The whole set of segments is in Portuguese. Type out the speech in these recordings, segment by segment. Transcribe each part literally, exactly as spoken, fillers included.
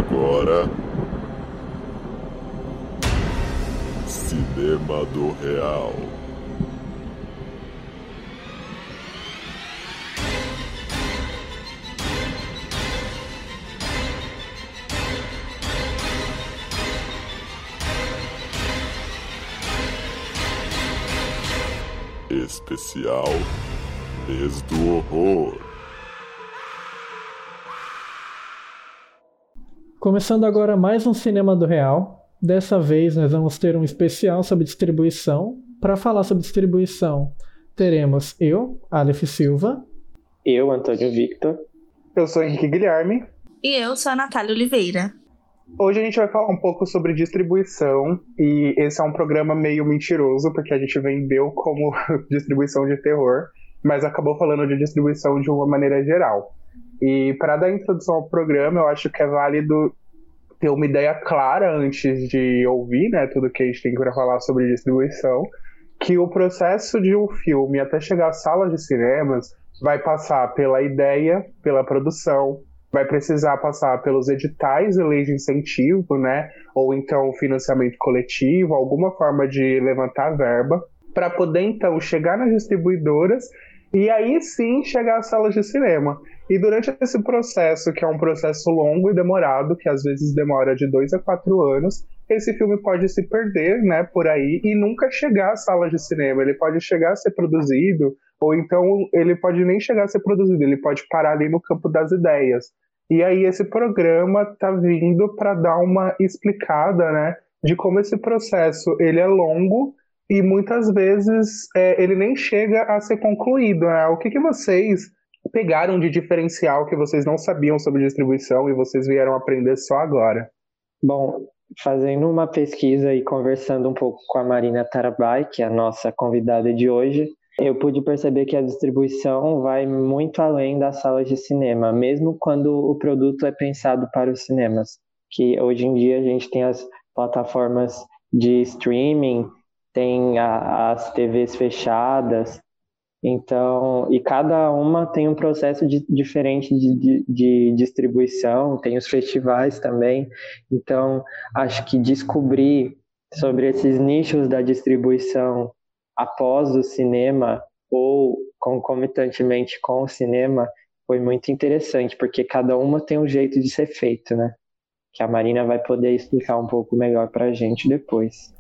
agora Cinema do Real. Especial Mês do Horror. Começando agora mais um Cinema do Real. Dessa vez nós vamos ter um especial sobre distribuição. Para falar sobre distribuição, teremos eu, Aleph Silva. Eu, Antônio Victor. Eu sou Henrique Guilherme. E eu sou a Natália Oliveira. Hoje a gente vai falar um pouco sobre distribuição, e esse é um programa meio mentiroso, porque a gente vendeu como distribuição de terror, mas acabou falando de distribuição de uma maneira geral. E para dar introdução ao programa, eu acho que é válido ter uma ideia clara antes de ouvir, né, tudo que a gente tem para falar sobre distribuição, que o processo de um filme até chegar às salas de cinemas vai passar pela ideia, pela produção, vai precisar passar pelos editais e leis de incentivo, né? Ou então financiamento coletivo, alguma forma de levantar verba, para poder então chegar nas distribuidoras e aí sim chegar às salas de cinema. E durante esse processo, que é um processo longo e demorado, que às vezes demora de dois a quatro anos, esse filme pode se perder, né, por aí e nunca chegar às salas de cinema. Ele pode chegar a ser produzido, ou então ele pode nem chegar a ser produzido, ele pode parar ali no campo das ideias. E aí esse programa tá vindo para dar uma explicada, né, de como esse processo ele é longo e muitas vezes é, ele nem chega a ser concluído, né? O que, que vocês pegaram de diferencial que vocês não sabiam sobre distribuição e vocês vieram aprender só agora? Bom, fazendo uma pesquisa e conversando um pouco com a Marina Tarabai, que é a nossa convidada de hoje, eu pude perceber que a distribuição vai muito além das salas de cinema, mesmo quando o produto é pensado para os cinemas. Que hoje em dia a gente tem as plataformas de streaming, tem a, as T Vs fechadas, então, e cada uma tem um processo de, diferente de, de, de distribuição, tem os festivais também. Então, acho que descobrir sobre esses nichos da distribuição após o cinema ou concomitantemente com o cinema foi muito interessante, porque cada uma tem um jeito de ser feito, né? Que a Marina vai poder explicar um pouco melhor pra gente depois.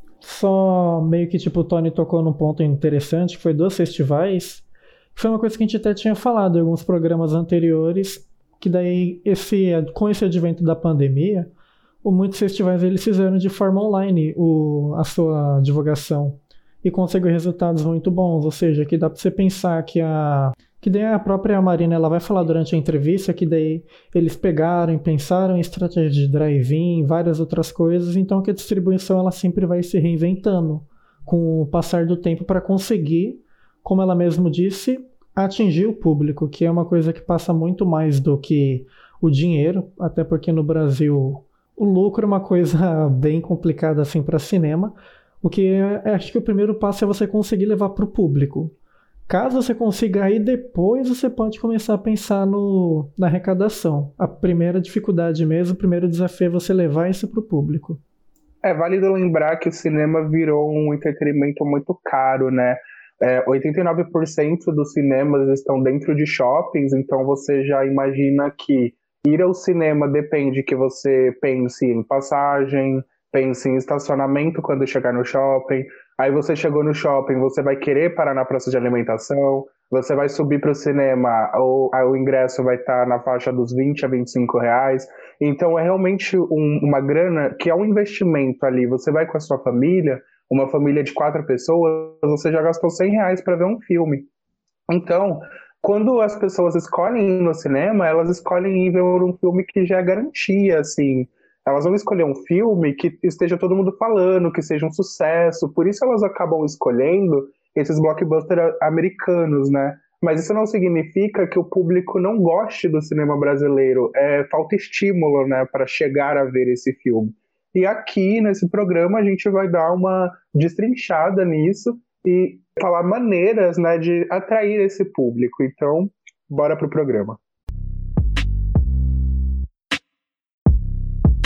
Só meio que tipo o Tony tocou num ponto interessante, que foi dos festivais. Foi uma coisa que a gente até tinha falado em alguns programas anteriores, que daí esse, com esse advento da pandemia, muitos festivais eles fizeram de forma online o, a sua divulgação. E conseguiu resultados muito bons, ou seja, que dá para você pensar que a que daí a própria Marina ela vai falar durante a entrevista que daí eles pegaram e pensaram em estratégia de drive-in, várias outras coisas, então que a distribuição ela sempre vai se reinventando com o passar do tempo para conseguir, como ela mesma disse, atingir o público, que é uma coisa que passa muito mais do que o dinheiro, até porque no Brasil o lucro é uma coisa bem complicada assim para cinema. O que é, acho que o primeiro passo é você conseguir levar para o público. Caso você consiga aí, depois você pode começar a pensar no, na arrecadação. A primeira dificuldade mesmo, o primeiro desafio é você levar isso para o público. É válido lembrar que o cinema virou um entretenimento muito caro, né? É, oitenta e nove por cento dos cinemas estão dentro de shoppings, então você já imagina que ir ao cinema depende que você pense em passagem, pense em estacionamento quando chegar no shopping. Aí você chegou no shopping, você vai querer parar na praça de alimentação, você vai subir para o cinema, ou o ingresso vai estar na faixa dos vinte a vinte e cinco reais. Então é realmente um, uma grana que é um investimento ali. Você vai com a sua família, uma família de quatro pessoas, você já gastou cem reais para ver um filme. Então, quando as pessoas escolhem ir no cinema, elas escolhem ir ver um filme que já é garantia, assim. Elas vão escolher um filme que esteja todo mundo falando, que seja um sucesso. Por isso elas acabam escolhendo esses blockbusters americanos, né? Mas isso não significa que o público não goste do cinema brasileiro. É, falta estímulo, né, para chegar a ver esse filme. E aqui, nesse programa, a gente vai dar uma destrinchada nisso e falar maneiras, né, de atrair esse público. Então, bora pro programa.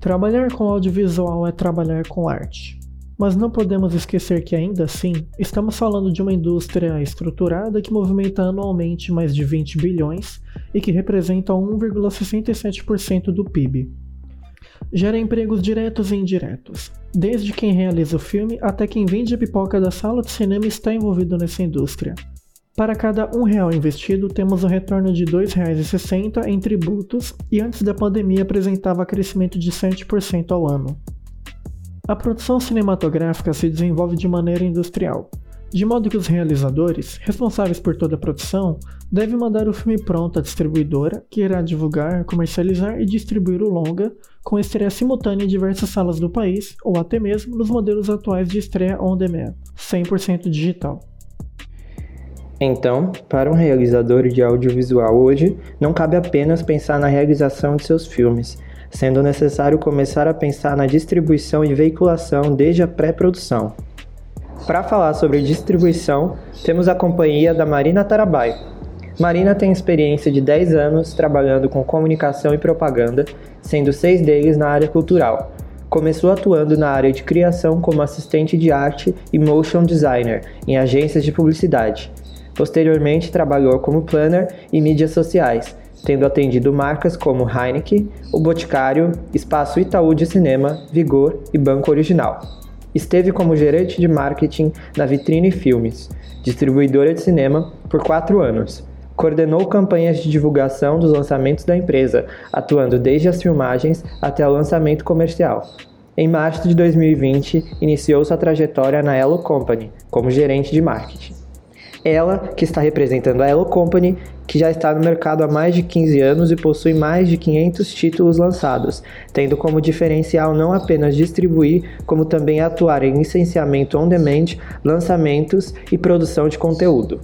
Trabalhar com audiovisual é trabalhar com arte. Mas não podemos esquecer que, ainda assim, estamos falando de uma indústria estruturada que movimenta anualmente mais de vinte bilhões e que representa um vírgula sessenta e sete por cento do P I B. Gera empregos diretos e indiretos. Desde quem realiza o filme até quem vende a pipoca da sala de cinema está envolvido nessa indústria. Para cada um real investido, temos um retorno de dois reais e sessenta centavos em tributos e antes da pandemia apresentava crescimento de sete por cento ao ano. A produção cinematográfica se desenvolve de maneira industrial, de modo que os realizadores, responsáveis por toda a produção, devem mandar o filme pronto à distribuidora, que irá divulgar, comercializar e distribuir o longa, com estreia simultânea em diversas salas do país, ou até mesmo nos modelos atuais de estreia on demand, cem por cento digital. Então, para um realizador de audiovisual hoje, não cabe apenas pensar na realização de seus filmes, sendo necessário começar a pensar na distribuição e veiculação desde a pré-produção. Para falar sobre distribuição, temos a companhia da Marina Tarabai. Marina tem experiência de dez anos trabalhando com comunicação e propaganda, sendo seis deles na área cultural. Começou atuando na área de criação como assistente de arte e motion designer em agências de publicidade. Posteriormente, trabalhou como planner e mídias sociais, tendo atendido marcas como Heineken, O Boticário, Espaço Itaú de Cinema, Vigor e Banco Original. Esteve como gerente de marketing na Vitrine Filmes, distribuidora de cinema, por quatro anos. Coordenou campanhas de divulgação dos lançamentos da empresa, atuando desde as filmagens até o lançamento comercial. Em março de dois mil e vinte, iniciou sua trajetória na Elo Company, como gerente de marketing. Ela, que está representando a Elo Company, que já está no mercado há mais de quinze anos e possui mais de quinhentos títulos lançados, tendo como diferencial não apenas distribuir, como também atuar em licenciamento on-demand, lançamentos e produção de conteúdo.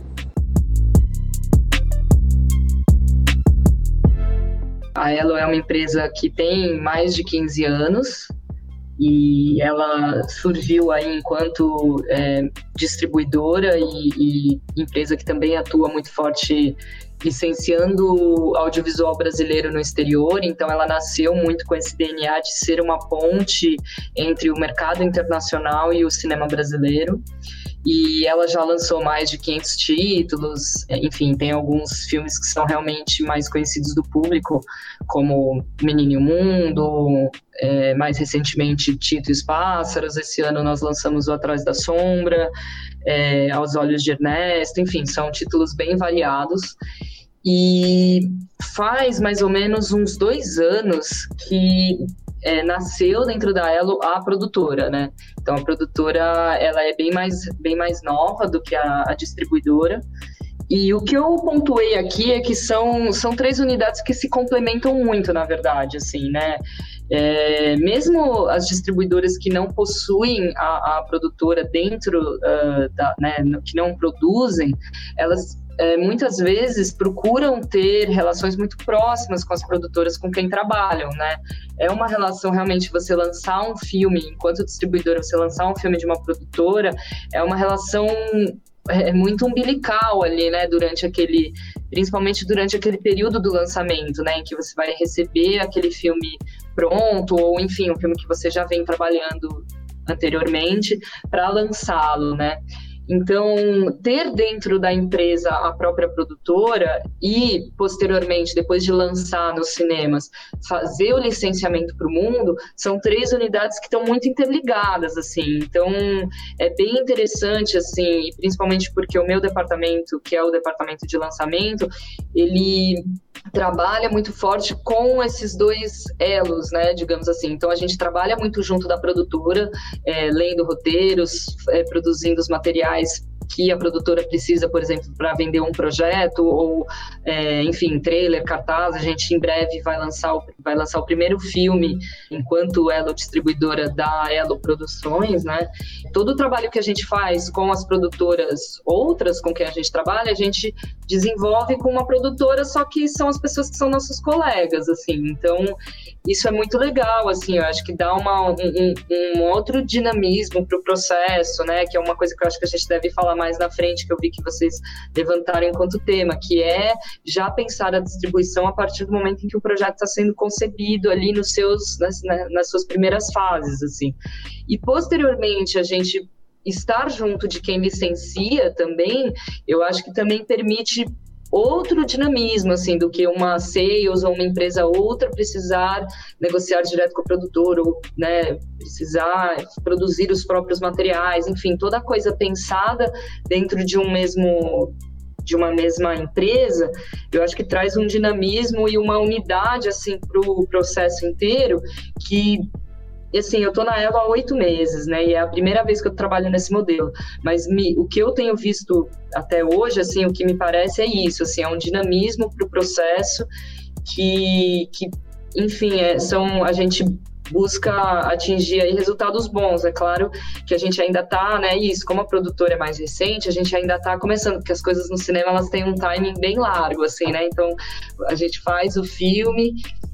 A Elo é uma empresa que tem mais de quinze anos, e ela surgiu aí enquanto é, distribuidora e, e empresa que também atua muito forte licenciando audiovisual brasileiro no exterior. Então ela nasceu muito com esse D N A de ser uma ponte entre o mercado internacional e o cinema brasileiro. E ela já lançou mais de quinhentos títulos, enfim, tem alguns filmes que são realmente mais conhecidos do público, como Menino e o Mundo, é, mais recentemente Tito e os Pássaros. Esse ano nós lançamos O Atrás da Sombra, é, Aos Olhos de Ernesto, enfim, são títulos bem variados. E faz mais ou menos uns dois anos que É, nasceu dentro da Elo a produtora, né? Então a produtora ela é bem mais, bem mais nova do que a, a distribuidora. E o que eu pontuei aqui é que são, são três unidades que se complementam muito, na verdade, assim, né? É, mesmo as distribuidoras que não possuem a, a produtora dentro, uh, da, né, que não produzem, elas É, muitas vezes procuram ter relações muito próximas com as produtoras com quem trabalham, né? É uma relação realmente, você lançar um filme, enquanto distribuidora, você lançar um filme de uma produtora, é uma relação é, muito umbilical ali, né? Durante aquele, principalmente durante aquele período do lançamento, né? Em que você vai receber aquele filme pronto, ou enfim, um filme que você já vem trabalhando anteriormente para lançá-lo, né? Então, ter dentro da empresa a própria produtora e, posteriormente, depois de lançar nos cinemas, fazer o licenciamento para o mundo, são três unidades que estão muito interligadas, assim. Então, é bem interessante, assim, principalmente porque o meu departamento, que é o departamento de lançamento, ele trabalha muito forte com esses dois elos, né, digamos assim. Então, a gente trabalha muito junto da produtora, é, lendo roteiros, é, produzindo os materiais que a produtora precisa, por exemplo, para vender um projeto, ou, é, enfim, trailer, cartaz. A gente em breve vai lançar o, vai lançar o primeiro filme, enquanto Elo distribuidora da Elo Produções, né? Todo o trabalho que a gente faz com as produtoras outras com quem a gente trabalha, a gente desenvolve com uma produtora, só que são as pessoas que são nossos colegas, assim. Então, isso é muito legal, assim, eu acho que dá uma, um, um outro dinamismo para o processo, né? Que é uma coisa que eu acho que a gente deve falar mais na frente, que eu vi que vocês levantaram enquanto tema, que é já pensar a distribuição a partir do momento em que o projeto está sendo concebido ali nos seus, nas, nas suas primeiras fases, assim. E posteriormente a gente estar junto de quem licencia também, eu acho que também permite outro dinamismo, assim, do que uma sales ou uma empresa outra precisar negociar direto com o produtor, ou, né, precisar produzir os próprios materiais, enfim, toda coisa pensada dentro de um mesmo, de uma mesma empresa, eu acho que traz um dinamismo e uma unidade, assim, para o processo inteiro, que assim, eu tô na Elo há oito meses, né, e é a primeira vez que eu trabalho nesse modelo, mas me, o que eu tenho visto até hoje, assim, o que me parece é isso, assim, é um dinamismo pro processo que, que enfim, é, são, a gente busca atingir aí resultados bons. É claro que a gente ainda tá, né, isso, como a produtora é mais recente, a gente ainda tá começando, porque as coisas no cinema, elas têm um timing bem largo, assim, né, então a gente faz o filme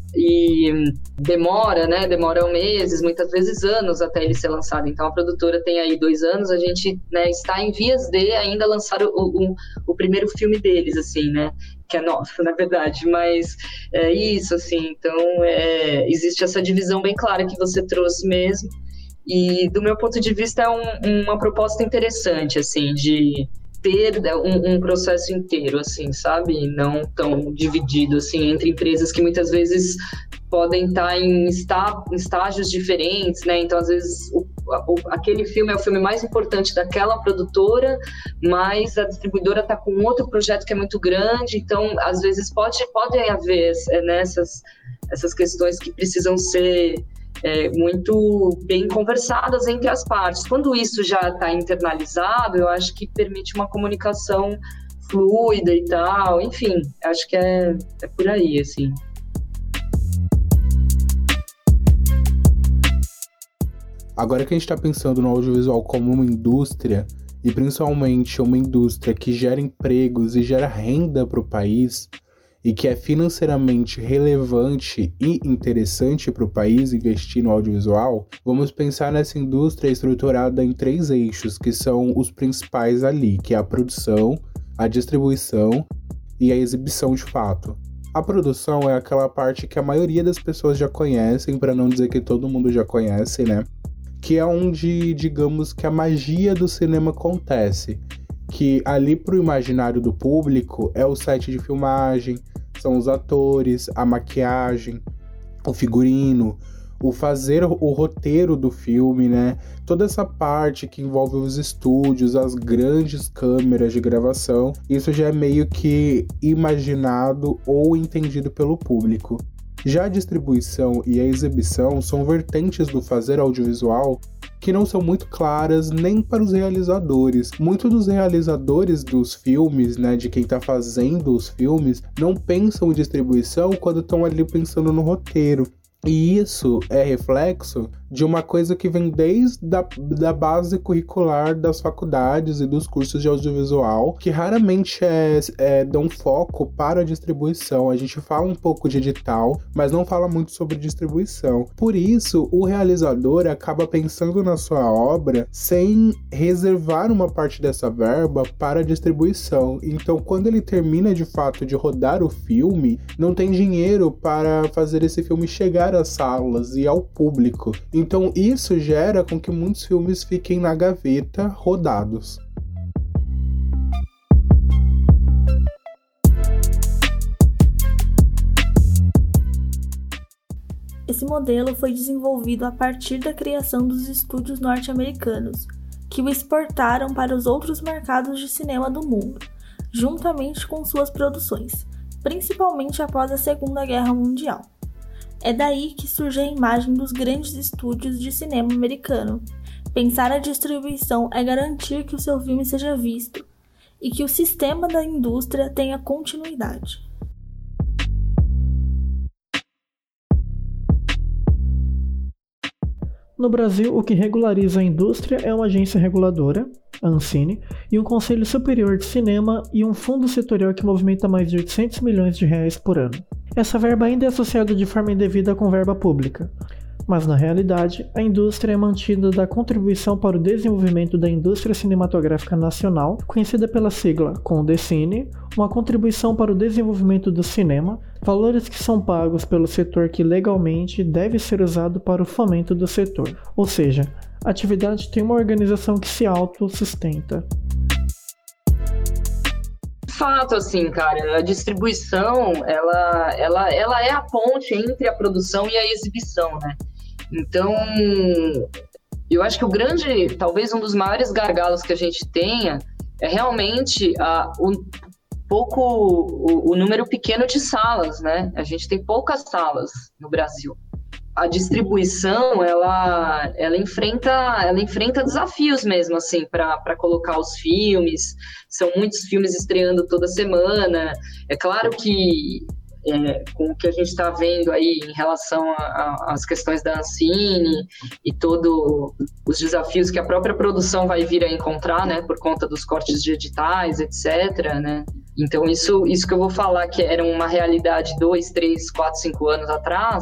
e demora, né, demora meses, muitas vezes anos até ele ser lançado. Então a produtora tem aí dois anos, a gente, né, está em vias de ainda lançar o, o, o primeiro filme deles, assim, né, que é nosso, na verdade, mas é isso, assim, então é, existe essa divisão bem clara que você trouxe mesmo, e do meu ponto de vista é um, uma proposta interessante, assim, de ter um, um processo inteiro, assim, sabe? Não tão dividido, assim, entre empresas que muitas vezes podem estar em, está, em estágios diferentes, né? Então, às vezes, o, o, aquele filme é o filme mais importante daquela produtora, mas a distribuidora está com outro projeto que é muito grande, então, às vezes, pode, podem haver é, nessas essas questões que precisam ser É, muito bem conversadas entre as partes. Quando isso já está internalizado, eu acho que permite uma comunicação fluida e tal, enfim, acho que é, é por aí, assim. Agora que a gente está pensando no audiovisual como uma indústria, e principalmente uma indústria que gera empregos e gera renda para o país, e que é financeiramente relevante e interessante para o país investir no audiovisual, vamos pensar nessa indústria estruturada em três eixos, que são os principais ali, que é a produção, a distribuição e a exibição de fato. A produção é aquela parte que a maioria das pessoas já conhecem, para não dizer que todo mundo já conhece, né? Que é onde, digamos, que a magia do cinema acontece, que ali pro imaginário do público é o set de filmagem, são os atores, a maquiagem, o figurino, o fazer o roteiro do filme, né? Toda essa parte que envolve os estúdios, as grandes câmeras de gravação, isso já é meio que imaginado ou entendido pelo público. Já a distribuição e a exibição são vertentes do fazer audiovisual que não são muito claras nem para os realizadores. Muitos dos realizadores dos filmes, né, de quem está fazendo os filmes, não pensam em distribuição quando estão ali pensando no roteiro. E isso é reflexo de uma coisa que vem desde da, da base curricular das faculdades e dos cursos de audiovisual, que raramente é, é, dão foco para a distribuição. A gente fala um pouco de edital, mas não fala muito sobre distribuição. Por isso, o realizador acaba pensando na sua obra sem reservar uma parte dessa verba para a distribuição. Então, quando ele termina de fato de rodar o filme, não tem dinheiro para fazer esse filme chegar às salas e ao público. Então isso gera com que muitos filmes fiquem na gaveta rodados. Esse modelo foi desenvolvido a partir da criação dos estúdios norte-americanos, que o exportaram para os outros mercados de cinema do mundo, juntamente com suas produções, principalmente após a Segunda Guerra Mundial. É daí que surge a imagem dos grandes estúdios de cinema americano. Pensar a distribuição é garantir que o seu filme seja visto e que o sistema da indústria tenha continuidade. No Brasil, o que regulariza a indústria é uma agência reguladora, a Ancine, e um Conselho Superior de Cinema e um fundo setorial que movimenta mais de oitocentos milhões de reais por ano. Essa verba ainda é associada de forma indevida com verba pública. mas na realidade, a indústria é mantida da contribuição para o desenvolvimento da indústria cinematográfica nacional, conhecida pela sigla Condecine, uma contribuição para o desenvolvimento do cinema, valores que são pagos pelo setor que legalmente deve ser usado para o fomento do setor. Ou seja, a atividade tem uma organização que se autossustenta. Fato, assim, cara, a distribuição, ela, ela, ela é a ponte entre a produção e a exibição, né? Então, eu acho que o grande, talvez um dos maiores gargalos que a gente tenha é realmente a, o, pouco, o, o número pequeno de salas, né? A gente tem poucas salas no Brasil. A distribuição, ela, ela, enfrenta, ela enfrenta desafios mesmo, assim, para colocar os filmes. São muitos filmes estreando toda semana. É claro que, é, com o que a gente está vendo aí em relação às questões da Ancine e todos os desafios que a própria produção vai vir a encontrar, né, por conta dos cortes de editais, etcétera, né? Então, isso, isso que eu vou falar que era uma realidade dois, três, quatro, cinco anos atrás,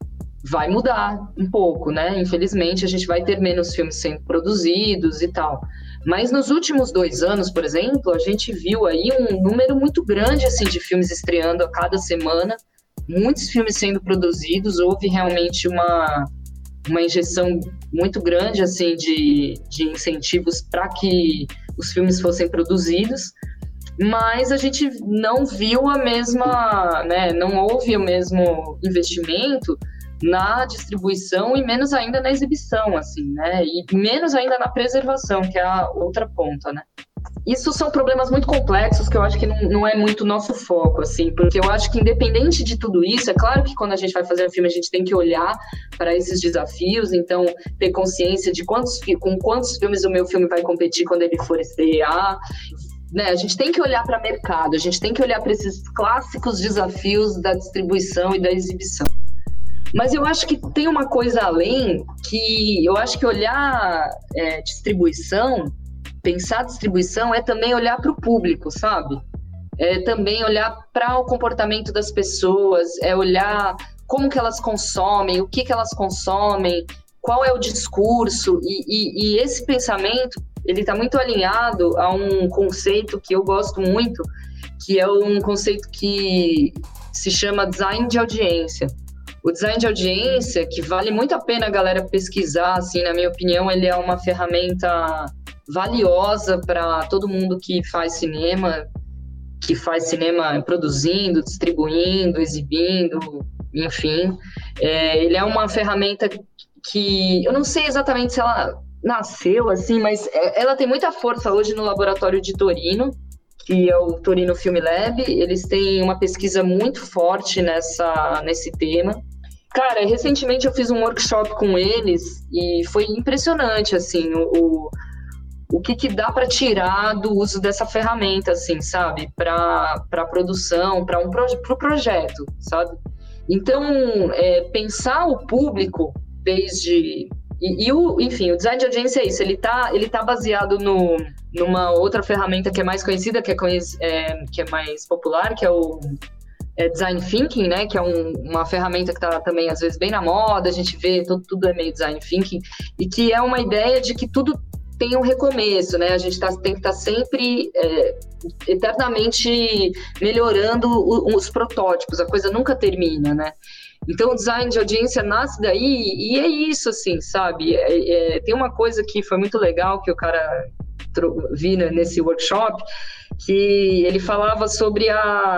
vai mudar um pouco, né? Infelizmente, a gente vai ter menos filmes sendo produzidos e tal. Mas nos últimos dois anos, por exemplo, a gente viu aí um número muito grande, assim, de filmes estreando a cada semana, muitos filmes sendo produzidos, houve realmente uma, uma injeção muito grande, assim, de, de incentivos para que os filmes fossem produzidos, mas a gente não viu a mesma, né? Não houve o mesmo investimento na distribuição e menos ainda na exibição, assim, né? E menos ainda na preservação, que é a outra ponta, né? Isso são problemas muito complexos que eu acho que não, não é muito nosso foco, assim, porque eu acho que independente de tudo isso, é claro que quando a gente vai fazer um filme a gente tem que olhar para esses desafios, então ter consciência de quantos, com quantos filmes o meu filme vai competir quando ele for estrear, né? A gente tem que olhar para o mercado, a gente tem que olhar para esses clássicos desafios da distribuição e da exibição. Mas eu acho que tem uma coisa além, que eu acho que olhar é, distribuição, pensar distribuição é também olhar para o público, sabe? É também olhar para o comportamento das pessoas, é olhar como que elas consomem, o que que elas consomem, qual é o discurso, e, e, e esse pensamento, ele está muito alinhado a um conceito que eu gosto muito, que é um conceito que se chama design de audiência. O design de audiência, que vale muito a pena a galera pesquisar, assim, na minha opinião, ele é uma ferramenta valiosa para todo mundo que faz cinema, que faz cinema produzindo, distribuindo, exibindo, enfim. É, ele é uma ferramenta que, eu não sei exatamente se ela nasceu assim, mas ela tem muita força hoje no laboratório de Torino, que é o Torino Film Lab. Eles têm uma pesquisa muito forte nessa, nesse tema. Cara, recentemente eu fiz um workshop com eles e foi impressionante, assim, o, o, o que, que dá para tirar do uso dessa ferramenta, assim, sabe? Para a produção, para um proje- pro projeto, sabe? Então, é, pensar o público desde... E, e o, enfim, o design de audiência é isso, ele tá, ele tá baseado no, numa outra ferramenta que é mais conhecida, que é, conhec- é, que é mais popular, que é o é design thinking, né, que é um, uma ferramenta que está também às vezes bem na moda, a gente vê, tudo, tudo é meio design thinking, e que é uma ideia de que tudo tem um recomeço, né, a gente tá, tem que estar tá sempre é, eternamente melhorando o, os protótipos, a coisa nunca termina, né. Então o design de audiência nasce daí, e é isso, assim, sabe, é, é, tem uma coisa que foi muito legal que o cara vi nesse workshop, que ele falava sobre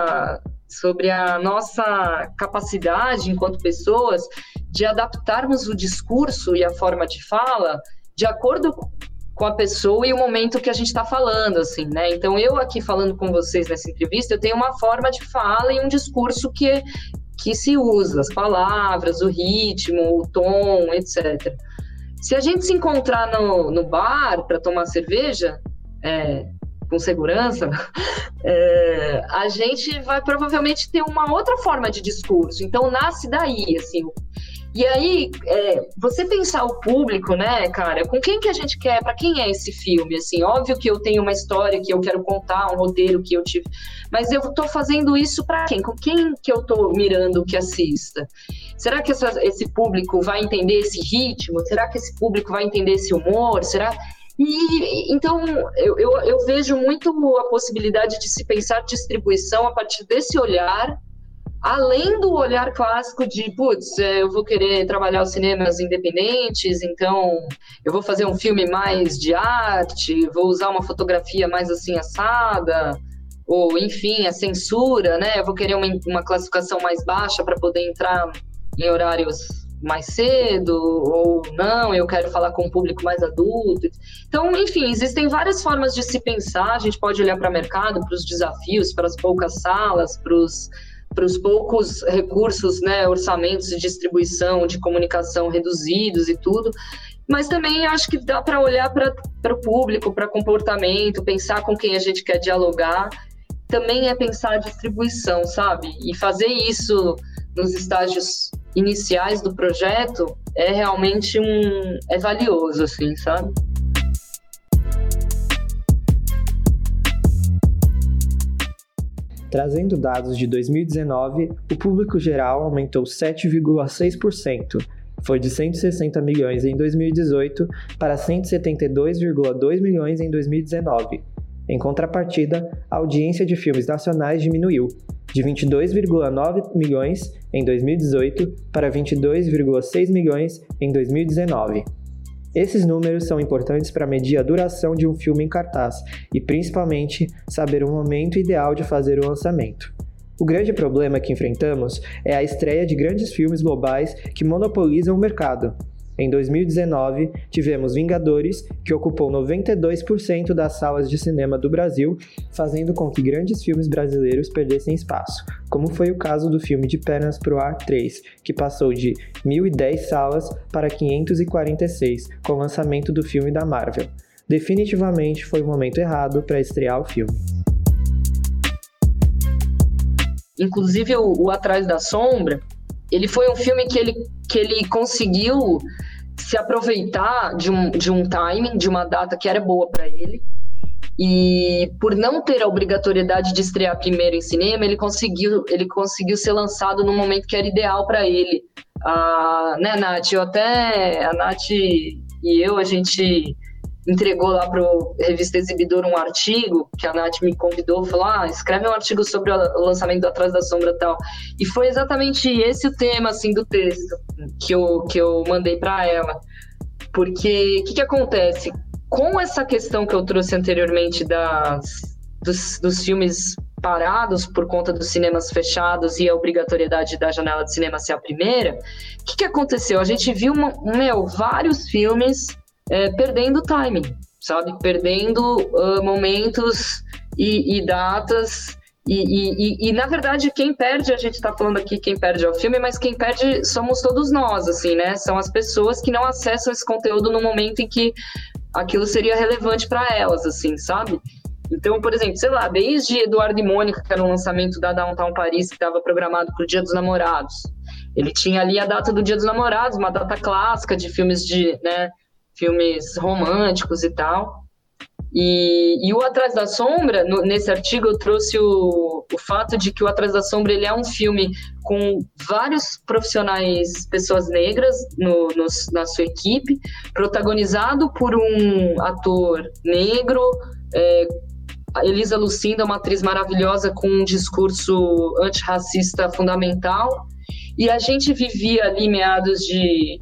a sobre a nossa capacidade, enquanto pessoas, de adaptarmos o discurso e a forma de fala de acordo com a pessoa e o momento que a gente está falando, assim, né? Então, eu aqui falando com vocês nessa entrevista, eu tenho uma forma de fala e um discurso que, que se usa, as palavras, o ritmo, o tom, etcétera. Se a gente se encontrar no, no bar para tomar cerveja, é, com segurança, é, a gente vai provavelmente ter uma outra forma de discurso. Então, nasce daí, assim. E aí, é, você pensar o público, né, cara, com quem que a gente quer, pra quem é esse filme, assim, óbvio que eu tenho uma história que eu quero contar, um roteiro que eu tive, mas eu tô fazendo isso pra quem? Com quem que eu tô mirando que assista? Será que essa, esse público vai entender esse ritmo? Será que esse público vai entender esse humor? Será... E, então, eu, eu, eu vejo muito a possibilidade de se pensar distribuição a partir desse olhar, além do olhar clássico de, putz, eu vou querer trabalhar os cinemas independentes, então eu vou fazer um filme mais de arte, vou usar uma fotografia mais assim assada, ou enfim, a censura, né? Eu vou querer uma, uma classificação mais baixa para poder entrar em horários mais cedo, ou não, eu quero falar com um público mais adulto. Então, enfim, existem várias formas de se pensar, a gente pode olhar para o mercado, para os desafios, para as poucas salas, para os para os poucos recursos, né, orçamentos de distribuição, de comunicação reduzidos e tudo, mas também acho que dá para olhar para o público, para comportamento, pensar com quem a gente quer dialogar, também é pensar a distribuição, sabe? E fazer isso nos estágios iniciais do projeto é realmente um, é valioso, assim, sabe? Trazendo dados de dois mil e dezenove, o público geral aumentou sete vírgula seis por cento. Foi de cento e sessenta milhões em dois mil e dezoito para cento e setenta e dois vírgula dois milhões em dois mil e dezenove. Em contrapartida, a audiência de filmes nacionais diminuiu, de vinte e dois vírgula nove milhões em dois mil e dezoito para vinte e dois vírgula seis milhões em dois mil e dezenove. Esses números são importantes para medir a duração de um filme em cartaz e, principalmente, saber o momento ideal de fazer o lançamento. O grande problema que enfrentamos é a estreia de grandes filmes globais que monopolizam o mercado. Em dois mil e dezenove, tivemos Vingadores, que ocupou noventa e dois por cento das salas de cinema do Brasil, fazendo com que grandes filmes brasileiros perdessem espaço, como foi o caso do filme De Pernas pro Ar três, que passou de mil e dez salas para quinhentas e quarenta e seis, com o lançamento do filme da Marvel. Definitivamente foi o momento errado para estrear o filme. Inclusive, o, o Atrás da Sombra, ele foi um filme que ele, que ele conseguiu se aproveitar de um, de um timing, de uma data que era boa para ele, e por não ter a obrigatoriedade de estrear primeiro em cinema, ele conseguiu, ele conseguiu ser lançado no momento que era ideal para ele. Ah, né, Nath? Eu até, a Nath e eu, a gente entregou lá para o Revista Exibidor um artigo, que a Nath me convidou, falou, ah, escreve um artigo sobre o lançamento do Atrás da Sombra e tal. E foi exatamente esse o tema, assim, do texto que eu, que eu mandei para ela. Porque, o que, que acontece? Com essa questão que eu trouxe anteriormente das, dos, dos filmes parados por conta dos cinemas fechados e a obrigatoriedade da janela de cinema ser a primeira, o que, que aconteceu? A gente viu, uma, meu, vários filmes É, perdendo timing, sabe? Perdendo uh, momentos e, e datas. E, e, e, e, na verdade, quem perde, a gente está falando aqui, quem perde é o filme, mas quem perde somos todos nós, assim, né? São as pessoas que não acessam esse conteúdo no momento em que aquilo seria relevante para elas, assim, sabe? Então, por exemplo, sei lá, desde Eduardo e Mônica, que era um lançamento da Downtown Paris, que estava programado para o Dia dos Namorados. Ele tinha ali a data do Dia dos Namorados, uma data clássica de filmes de, né, filmes românticos e tal. E, e o Atrás da Sombra, no, nesse artigo eu trouxe o, o fato de que o Atrás da Sombra ele é um filme com vários profissionais, pessoas negras no, no, na sua equipe, protagonizado por um ator negro, é, a Elisa Lucinda, uma atriz maravilhosa com um discurso antirracista fundamental, e a gente vivia ali meados de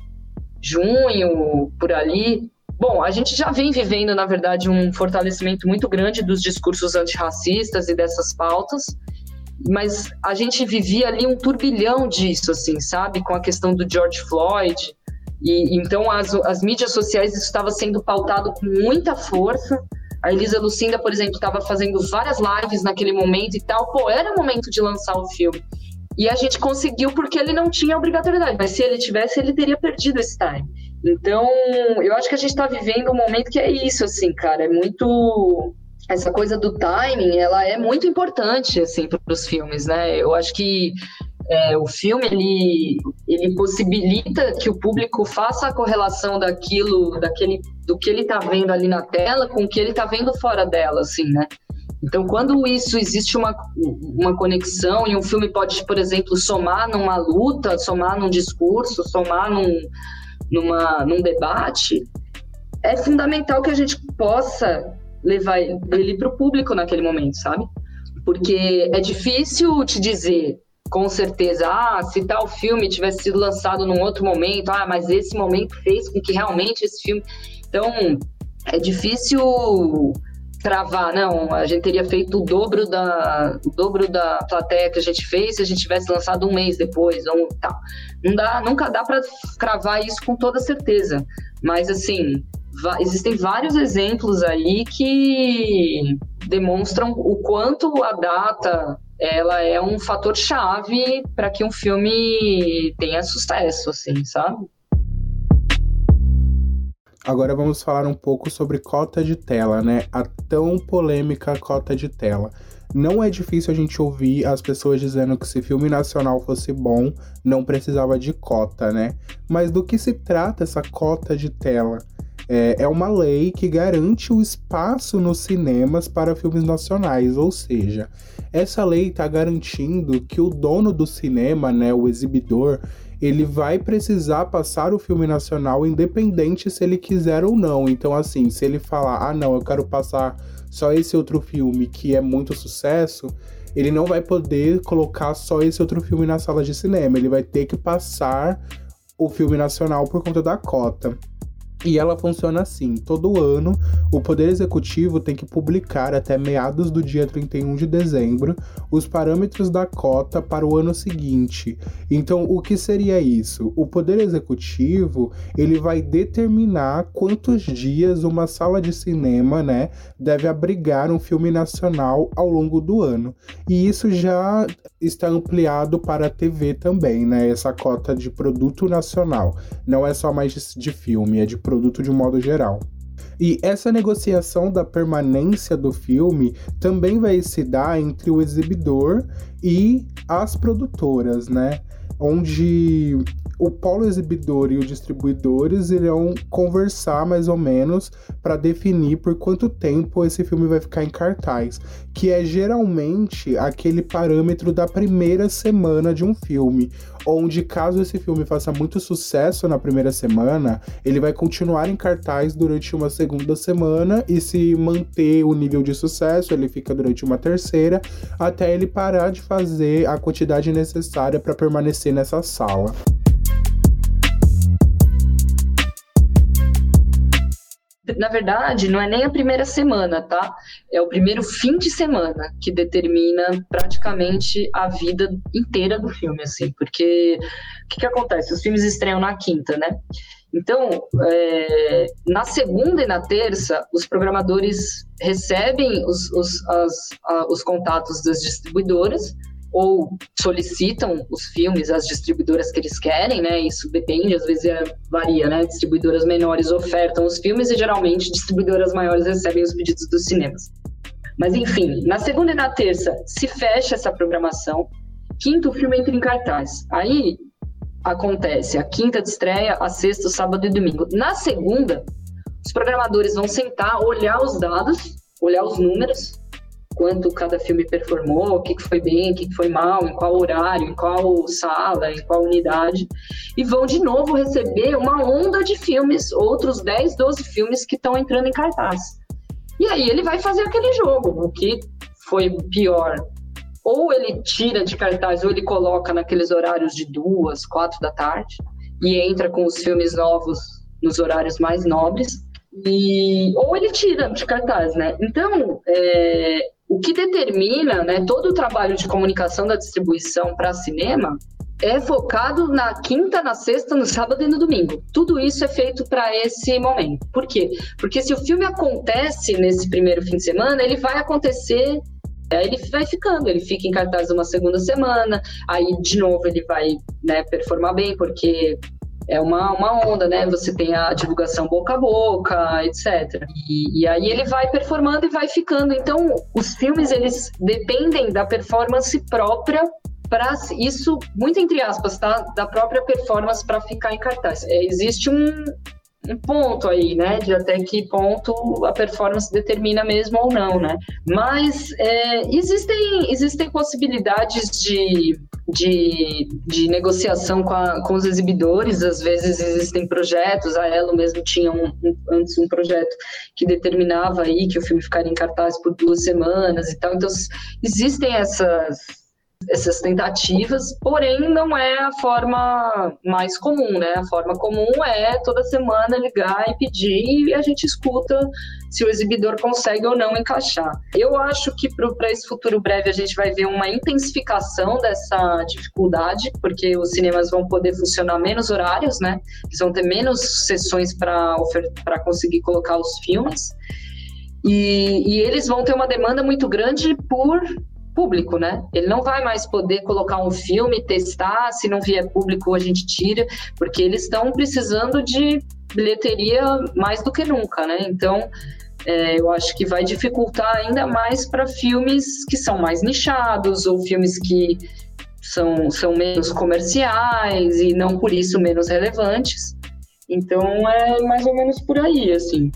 junho, por ali. Bom, a gente já vem vivendo, na verdade, um fortalecimento muito grande dos discursos antirracistas e dessas pautas, mas a gente vivia ali um turbilhão disso, assim, sabe? Com a questão do George Floyd, e então as, as mídias sociais isso estava sendo pautado com muita força. A Elisa Lucinda, por exemplo, estava fazendo várias lives naquele momento e tal. Pô, era o momento de lançar o filme. E a gente conseguiu porque ele não tinha obrigatoriedade, mas se ele tivesse, ele teria perdido esse time. Então, eu acho que a gente está vivendo um momento que é isso, assim, cara, é muito... Essa coisa do timing, ela é muito importante, assim, para os filmes, né? Eu acho que é, o filme, ele... ele possibilita que o público faça a correlação daquilo, daquele, do que ele está vendo ali na tela com o que ele está vendo fora dela, assim, né? Então, quando isso existe uma, uma conexão e um filme pode, por exemplo, somar numa luta, somar num discurso, somar num, numa, num debate, é fundamental que a gente possa levar ele para o público naquele momento, sabe? Porque é difícil te dizer, com certeza, ah, se tal filme tivesse sido lançado num outro momento, ah, mas esse momento fez com que realmente esse filme... Então, é difícil cravar, não, a gente teria feito o dobro da, o dobro da plateia que a gente fez se a gente tivesse lançado um mês depois, ou tal. Não dá, nunca dá para cravar isso com toda certeza, mas assim, existem vários exemplos aí que demonstram o quanto a data ela é um fator chave para que um filme tenha sucesso, assim, sabe? Agora vamos falar um pouco sobre cota de tela, né? A tão polêmica cota de tela. Não é difícil a gente ouvir as pessoas dizendo que se filme nacional fosse bom, não precisava de cota, né? Mas do que se trata essa cota de tela? É, é uma lei que garante o espaço nos cinemas para filmes nacionais, ou seja, essa lei está garantindo que o dono do cinema, né, o exibidor, ele vai precisar passar o filme nacional independente se ele quiser ou não. Então, assim, se ele falar, ah, não, eu quero passar só esse outro filme que é muito sucesso, ele não vai poder colocar só esse outro filme na sala de cinema. Ele vai ter que passar o filme nacional por conta da cota. E ela funciona assim, todo ano o Poder Executivo tem que publicar até meados do dia trinta e um de dezembro os parâmetros da cota para o ano seguinte. Então, o que seria isso? O Poder Executivo, ele vai determinar quantos dias uma sala de cinema, né, deve abrigar um filme nacional ao longo do ano. E isso já está ampliado para a T V também, né, essa cota de produto nacional. Não é só mais de, de filme, é de produto de um modo geral. E essa negociação da permanência do filme também vai se dar entre o exibidor e as produtoras, né? Onde o polo exibidor e os distribuidores irão conversar mais ou menos para definir por quanto tempo esse filme vai ficar em cartaz, que é geralmente aquele parâmetro da primeira semana de um filme, onde caso esse filme faça muito sucesso na primeira semana, ele vai continuar em cartaz durante uma segunda semana e se manter o nível de sucesso, ele fica durante uma terceira, até ele parar de fazer a quantidade necessária para permanecer nessa sala. Na verdade, não é nem a primeira semana, tá? É o primeiro fim de semana que determina praticamente a vida inteira do filme, assim, porque o que, que acontece? Os filmes estreiam na quinta, né? Então, é, na segunda e na terça, os programadores recebem os, os, as, a, os contatos das distribuidoras, ou solicitam os filmes às distribuidoras que eles querem, né? Isso depende, às vezes é, varia, né? Distribuidoras menores ofertam os filmes e geralmente distribuidoras maiores recebem os pedidos dos cinemas. Mas enfim, na segunda e na terça se fecha essa programação, quinta o filme entra em cartaz. Aí acontece a quinta de estreia, a sexta, o sábado e domingo. Na segunda, os programadores vão sentar, olhar os dados, olhar os números, quanto cada filme performou, o que foi bem, o que foi mal, em qual horário, em qual sala, em qual unidade, e vão de novo receber uma onda de filmes, outros dez, doze filmes que estão entrando em cartaz. E aí ele vai fazer aquele jogo, o que foi pior. Ou ele tira de cartaz, ou ele coloca naqueles horários de duas, quatro da tarde, e entra com os filmes novos nos horários mais nobres, e... ou ele tira de cartaz, né? Então, é... o que determina, né, todo o trabalho de comunicação da distribuição para cinema é focado na quinta, na sexta, no sábado e no domingo. Tudo isso é feito para esse momento. Por quê? Porque se o filme acontece nesse primeiro fim de semana, ele vai acontecer, aí ele vai ficando, ele fica em cartaz uma segunda semana, aí de novo ele vai, né, performar bem, porque é uma, uma onda, né? Você tem a divulgação boca a boca, etcétera. E, e aí ele vai performando e vai ficando. Então, os filmes, eles dependem da performance própria para isso, muito entre aspas, tá? Da própria performance para ficar em cartaz. É, existe um, um ponto aí, né? De até que ponto a performance determina mesmo ou não, né? Mas é, existem, existem possibilidades de, de, de negociação com, a, com os exibidores. Às vezes existem projetos, a Elo mesmo tinha um, um, antes um projeto que determinava aí que o filme ficaria em cartaz por duas semanas e tal. Então, existem essas... essas tentativas, porém não é a forma mais comum, né? A forma comum é toda semana ligar e pedir e a gente escuta se o exibidor consegue ou não encaixar. Eu acho que para esse futuro breve a gente vai ver uma intensificação dessa dificuldade, porque os cinemas vão poder funcionar menos horários, né? Eles vão ter menos sessões para para conseguir colocar os filmes e, e eles vão ter uma demanda muito grande por público, né? Ele não vai mais poder colocar um filme, testar, se não vier público a gente tira, porque eles estão precisando de bilheteria mais do que nunca, né? Então, é, eu acho que vai dificultar ainda mais para filmes que são mais nichados ou filmes que são, são menos comerciais e não por isso menos relevantes. Então, é mais ou menos por aí, assim.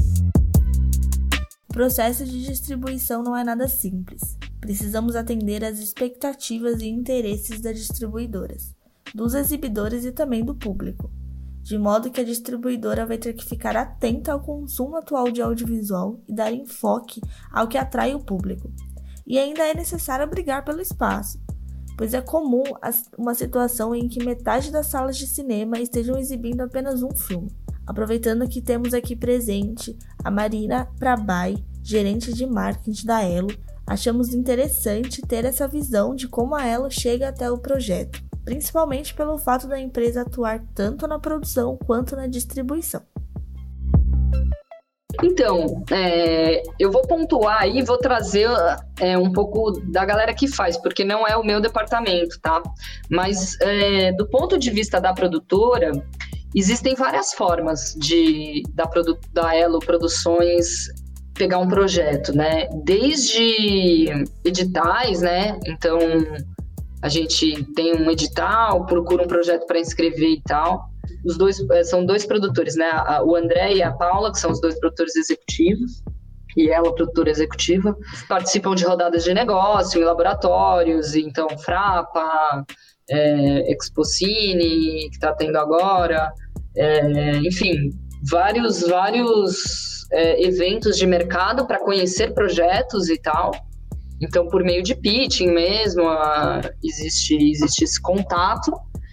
O processo de distribuição não é nada simples. Precisamos atender às expectativas e interesses das distribuidoras, dos exibidores e também do público, de modo que a distribuidora vai ter que ficar atenta ao consumo atual de audiovisual e dar enfoque ao que atrai o público. E ainda é necessário brigar pelo espaço, pois é comum uma situação em que metade das salas de cinema estejam exibindo apenas um filme. Aproveitando que temos aqui presente a Marina Prabai, gerente de marketing da Elo, achamos interessante ter essa visão de como a Elo chega até o projeto, principalmente pelo fato da empresa atuar tanto na produção quanto na distribuição. Então, é, eu vou pontuar aí, vou trazer é, um pouco da galera que faz, porque não é o meu departamento, tá? Mas é, do ponto de vista da produtora, existem várias formas de, da, produ, da Elo Produções pegar um projeto, né? Desde editais, né? Então, a gente tem um edital, procura um projeto para inscrever e tal. Os dois, são dois produtores, né? O André e a Paula, que são os dois produtores executivos, e ela, produtora executiva, participam de rodadas de negócio em laboratórios, então Frapa, é, Expocine, que está tendo agora, é, enfim, vários, vários é, eventos de mercado para conhecer projetos e tal. Então, por meio de pitching mesmo, a, existe, existe esse contato.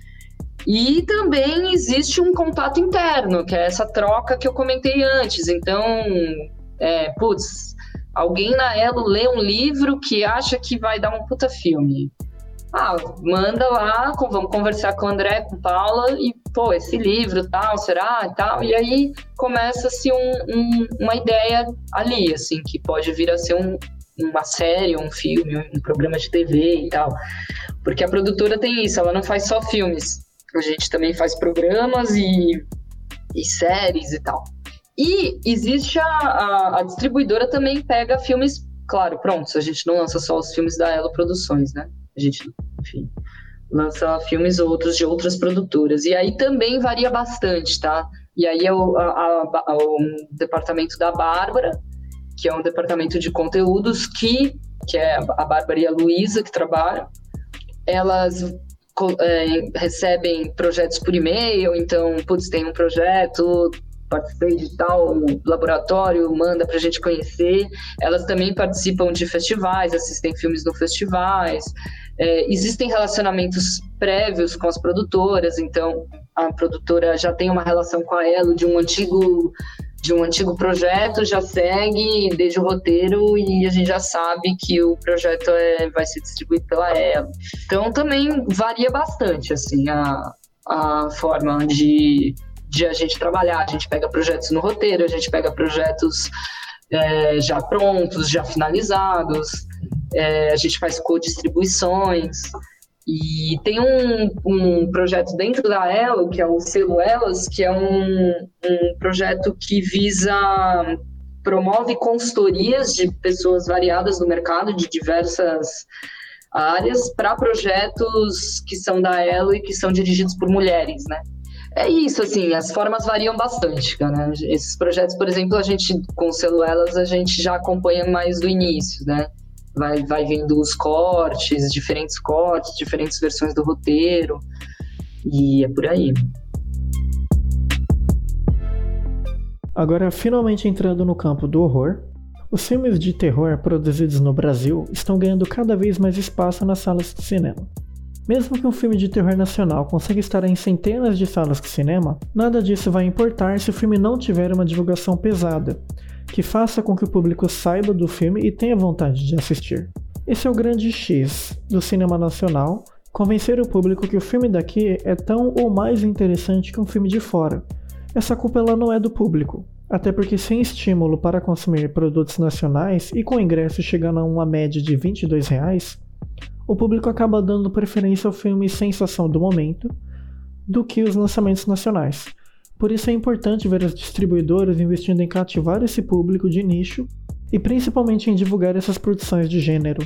E também existe um contato interno, que é essa troca que eu comentei antes. Então, é, putz, alguém na Elo lê um livro que acha que vai dar um puta filme. Ah, manda lá, vamos conversar com o André, com Paula, e, pô, esse livro, tal, será, e tal. E aí começa-se um, um, uma ideia ali, assim, que pode vir a ser um, uma série, um filme, um programa de T V e tal. Porque a produtora tem isso, ela não faz só filmes. A gente também faz programas e, e séries e tal. E existe a, a, a distribuidora também pega filmes, claro, prontos, a gente não lança só os filmes da Elo Produções, né? A gente, enfim, lança filmes outros de outras produtoras. E aí também varia bastante, tá? E aí é o, a, a, o departamento da Bárbara, que é um departamento de conteúdos que, que é a Bárbara e a Luísa que trabalham. Elas é, recebem projetos por e-mail, então, putz, tem um projeto, participei de tal laboratório, manda pra gente conhecer. Elas também participam de festivais, assistem filmes no festivais. É, existem relacionamentos prévios com as produtoras, então a produtora já tem uma relação com a Elo de um antigo, de um antigo projeto, já segue desde o roteiro e a gente já sabe que o projeto é, vai ser distribuído pela Elo. Então também varia bastante assim, a, a forma de, de a gente trabalhar. A gente pega projetos no roteiro, a gente pega projetos é, já prontos, já finalizados. É, a gente faz co-distribuições e tem um, um projeto dentro da Elo, que é o Selo Elas, que é um, um projeto que visa, promove consultorias de pessoas variadas no mercado, de diversas áreas para projetos que são da Elo e que são dirigidos por mulheres, né? É isso, assim, as formas variam bastante, né? Esses projetos, por exemplo, a gente, com o selo Elas, a gente já acompanha mais do início, né? Vai, vai vendo os cortes, diferentes cortes, diferentes versões do roteiro, e é por aí. Agora, finalmente entrando no campo do horror, os filmes de terror produzidos no Brasil estão ganhando cada vez mais espaço nas salas de cinema. Mesmo que um filme de terror nacional consiga estar em centenas de salas de cinema, nada disso vai importar se o filme não tiver uma divulgação pesada, que faça com que o público saiba do filme e tenha vontade de assistir. Esse é o grande X do cinema nacional, convencer o público que o filme daqui é tão ou mais interessante que um filme de fora. Essa culpa ela não é do público, até porque sem estímulo para consumir produtos nacionais e com ingresso chegando a uma média de vinte e dois reais, o público acaba dando preferência ao filme sensação do momento do que os lançamentos nacionais. Por isso é importante ver as distribuidoras investindo em cativar esse público de nicho e principalmente em divulgar essas produções de gênero.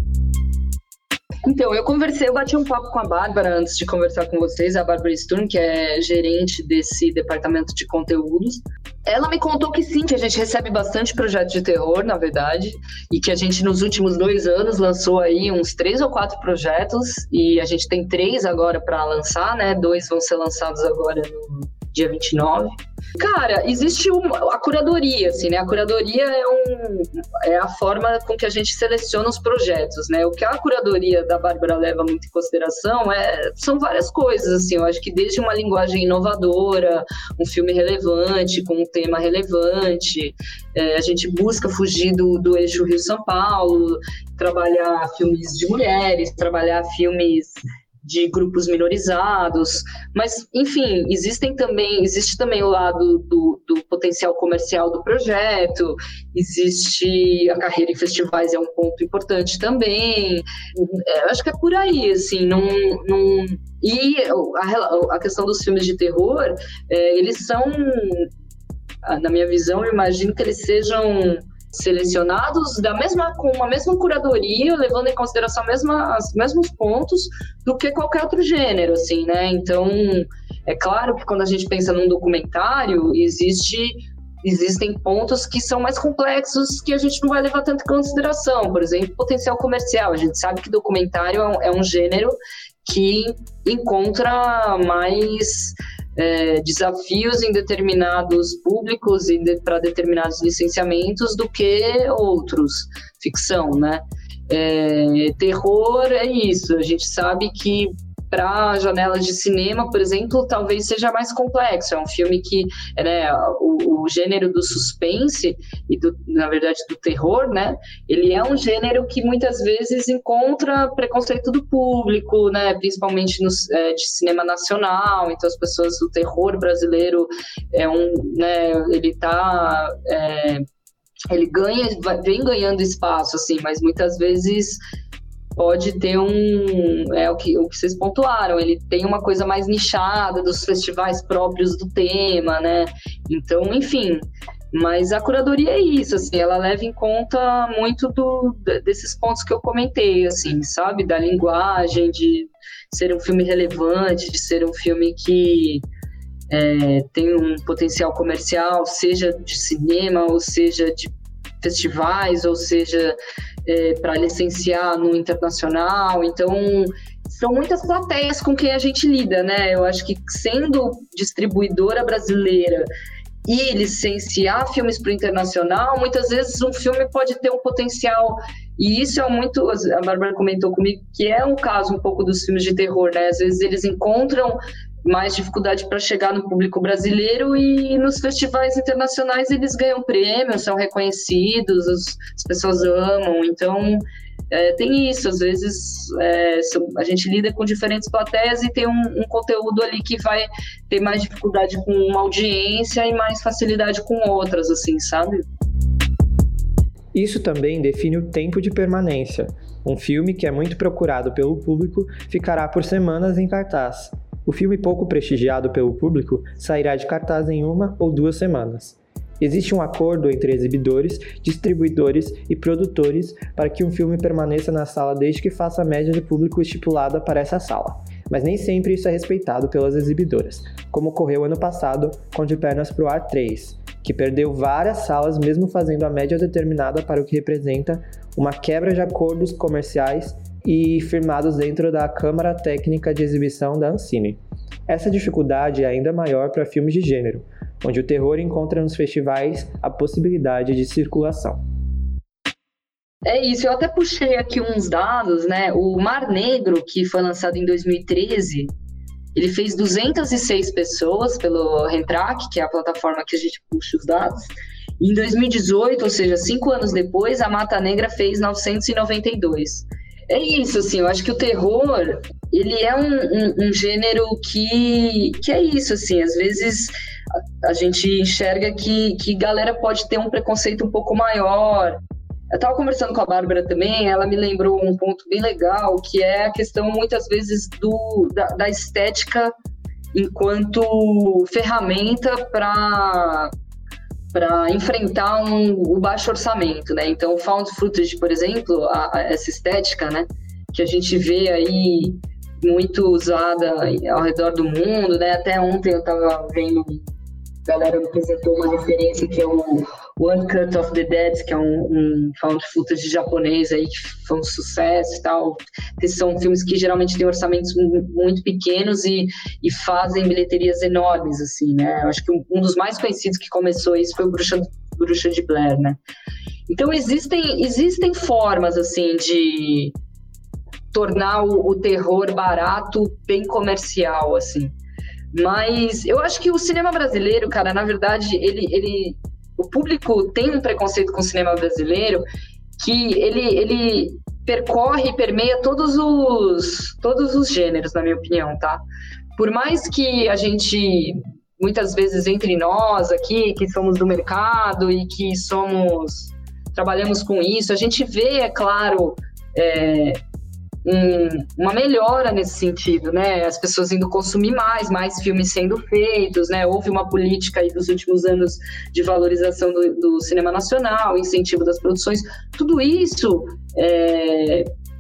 Então, eu conversei, eu bati um papo com a Bárbara antes de conversar com vocês, a Bárbara Sturm, que é gerente desse departamento de conteúdos. Ela me contou que sim, que a gente recebe bastante projeto de terror, na verdade, e que a gente nos últimos dois anos lançou aí uns três ou quatro projetos, e a gente tem três agora para lançar, né? Dois vão ser lançados agora no dia vinte e nove. Cara, existe uma, a curadoria, assim, né? A curadoria é, um, é a forma com que a gente seleciona os projetos, né? O que a curadoria da Bárbara leva muito em consideração é, são várias coisas, assim. Eu acho que desde uma linguagem inovadora, um filme relevante, com um tema relevante, é, a gente busca fugir do, do eixo Rio-São Paulo, trabalhar filmes de mulheres, trabalhar filmes de grupos minorizados, mas, enfim, existem também, existe também o lado do, do potencial comercial do projeto, existe a carreira em festivais, é um ponto importante também, eu acho que é por aí, assim, não... não... E a, a questão dos filmes de terror, é, eles são, na minha visão, eu imagino que eles sejam selecionados da mesma, com uma mesma curadoria, levando em consideração a mesma, os mesmos pontos do que qualquer outro gênero, assim, né? Então, é claro que quando a gente pensa num documentário, existe, existem pontos que são mais complexos que a gente não vai levar tanto em consideração. Por exemplo, potencial comercial. A gente sabe que documentário é um, é um gênero que encontra mais... É, desafios em determinados públicos e de, para determinados licenciamentos do que outros, ficção, né? É, terror é isso, a gente sabe que para janelas de cinema, por exemplo, talvez seja mais complexo. É um filme que, né, o, o gênero do suspense e, do, na verdade, do terror, né, ele é um gênero que muitas vezes encontra preconceito do público, né, principalmente no, é, de cinema nacional. Então, as pessoas do terror brasileiro, é um, né, ele está... É, ele ganha, vem ganhando espaço, assim, mas muitas vezes... pode ter um... É o que, o que vocês pontuaram, ele tem uma coisa mais nichada dos festivais próprios do tema, né? Então, enfim... Mas a curadoria é isso, assim, ela leva em conta muito do, desses pontos que eu comentei, assim, sabe? Da linguagem, de ser um filme relevante, de ser um filme que é, tem um potencial comercial, seja de cinema, ou seja de festivais, ou seja... É, para licenciar no internacional. Então, são muitas plateias com quem a gente lida, né? Eu acho que sendo distribuidora brasileira e licenciar filmes para o internacional, muitas vezes um filme pode ter um potencial, e isso é muito, a Bárbara comentou comigo, que é um caso um pouco dos filmes de terror, né? Às vezes eles encontram mais dificuldade para chegar no público brasileiro e nos festivais internacionais eles ganham prêmios, são reconhecidos, as, as pessoas amam. Então, é, tem isso. Às vezes é, a gente lida com diferentes plateias e tem um, um conteúdo ali que vai ter mais dificuldade com uma audiência e mais facilidade com outras, assim, sabe? Isso também define o tempo de permanência. Um filme que é muito procurado pelo público ficará por semanas em cartaz. O filme pouco prestigiado pelo público sairá de cartaz em uma ou duas semanas. Existe um acordo entre exibidores, distribuidores e produtores para que um filme permaneça na sala desde que faça a média de público estipulada para essa sala. Mas nem sempre isso é respeitado pelas exibidoras, como ocorreu ano passado com De Pernas pro Ar três, que perdeu várias salas mesmo fazendo a média determinada para o que representa uma quebra de acordos comerciais e firmados dentro da Câmara Técnica de Exibição da Ancine. Essa dificuldade é ainda maior para filmes de gênero, onde o terror encontra nos festivais a possibilidade de circulação. É isso, eu até puxei aqui uns dados, né? O Mar Negro, que foi lançado em dois mil e treze, ele fez duzentas e seis pessoas pelo Rentrac, que é a plataforma que a gente puxa os dados. E em dois mil e dezoito, ou seja, cinco anos depois, a Mata Negra fez novecentos e noventa e dois. É isso, assim, eu acho que o terror, ele é um, um, um gênero que, que é isso, assim, às vezes a, a gente enxerga que, que galera pode ter um preconceito um pouco maior. Eu estava conversando com a Bárbara também, ela me lembrou um ponto bem legal, que é a questão, muitas vezes, do, da, da estética enquanto ferramenta para para enfrentar um, o baixo orçamento, né? Então, o found footage, por exemplo, a, a, essa estética, né, que a gente vê aí muito usada ao redor do mundo, né? Até ontem eu estava vendo, a galera me apresentou uma referência que é o One Cut of the Dead, que é um, um found footage japonês aí que foi um sucesso e tal, que são filmes que geralmente têm orçamentos muito pequenos e, e fazem bilheterias enormes, assim, né? Eu acho que um, um dos mais conhecidos que começou isso foi o Bruxa, Bruxa de Blair, né? Então existem, existem formas, assim, de tornar o, o terror barato bem comercial, assim. Mas eu acho que o cinema brasileiro, cara, na verdade, ele... ele o público tem um preconceito com o cinema brasileiro que ele, ele percorre e permeia todos os, todos os gêneros, na minha opinião, tá? Por mais que a gente, muitas vezes entre nós aqui, que somos do mercado e que somos, trabalhamos com isso, a gente vê, é claro, é, um, uma melhora nesse sentido, né? As pessoas indo consumir mais, mais filmes sendo feitos, né? Houve uma política aí dos últimos anos de valorização do, do cinema nacional, incentivo das produções. Tudo isso é,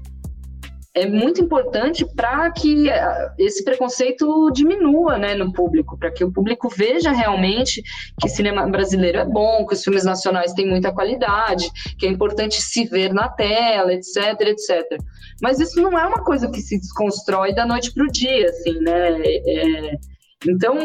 é muito importante para que esse preconceito diminua, né, no público, para que o público veja realmente que o cinema brasileiro é bom, que os filmes nacionais têm muita qualidade, que é importante se ver na tela, etc, etcétera. Mas isso não é uma coisa que se desconstrói da noite para o dia, assim, né? É, então,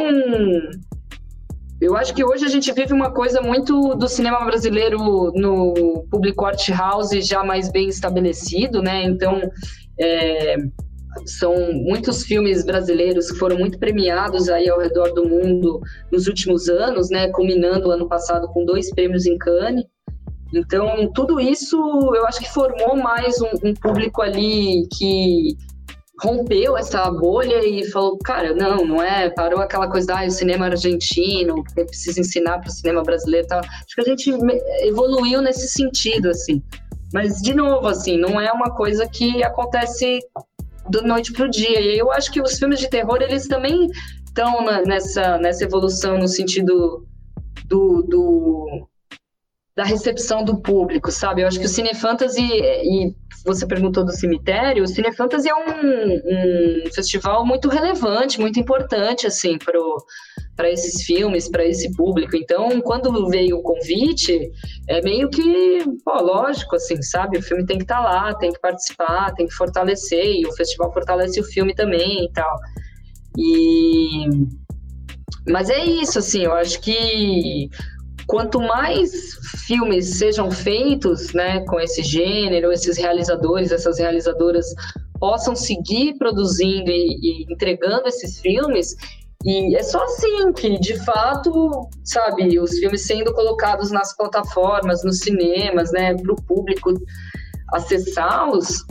eu acho que hoje a gente vive uma coisa muito do cinema brasileiro no público art house já mais bem estabelecido, né? Então, é, são muitos filmes brasileiros que foram muito premiados aí ao redor do mundo nos últimos anos, né? Culminando o ano passado com dois prêmios em Cannes. Então, tudo isso eu acho que formou mais um, um público ali que rompeu essa bolha e falou, cara, não, não é, parou aquela coisa, ah, o cinema argentino, que precisa ensinar para o cinema brasileiro e tal. Acho que a gente evoluiu nesse sentido, assim. Mas, de novo, assim, não é uma coisa que acontece da noite para o dia. E eu acho que os filmes de terror, eles também estão nessa, nessa evolução no sentido do... do da recepção do público, sabe? Eu acho que o Cinefantasy, e você perguntou do cemitério, o Cinefantasy é um, um festival muito relevante, muito importante, assim, para esses filmes, para esse público. Então, quando veio o convite, é meio que, pô, lógico, assim, sabe? O filme tem que estar lá, tem que participar, tem que fortalecer, e o festival fortalece o filme também e tal. E... Mas é isso, assim, eu acho que quanto mais filmes sejam feitos, né, com esse gênero, esses realizadores, essas realizadoras possam seguir produzindo e, e entregando esses filmes, e é só assim que, de fato, sabe, os filmes sendo colocados nas plataformas, nos cinemas, né, para o público acessá-los,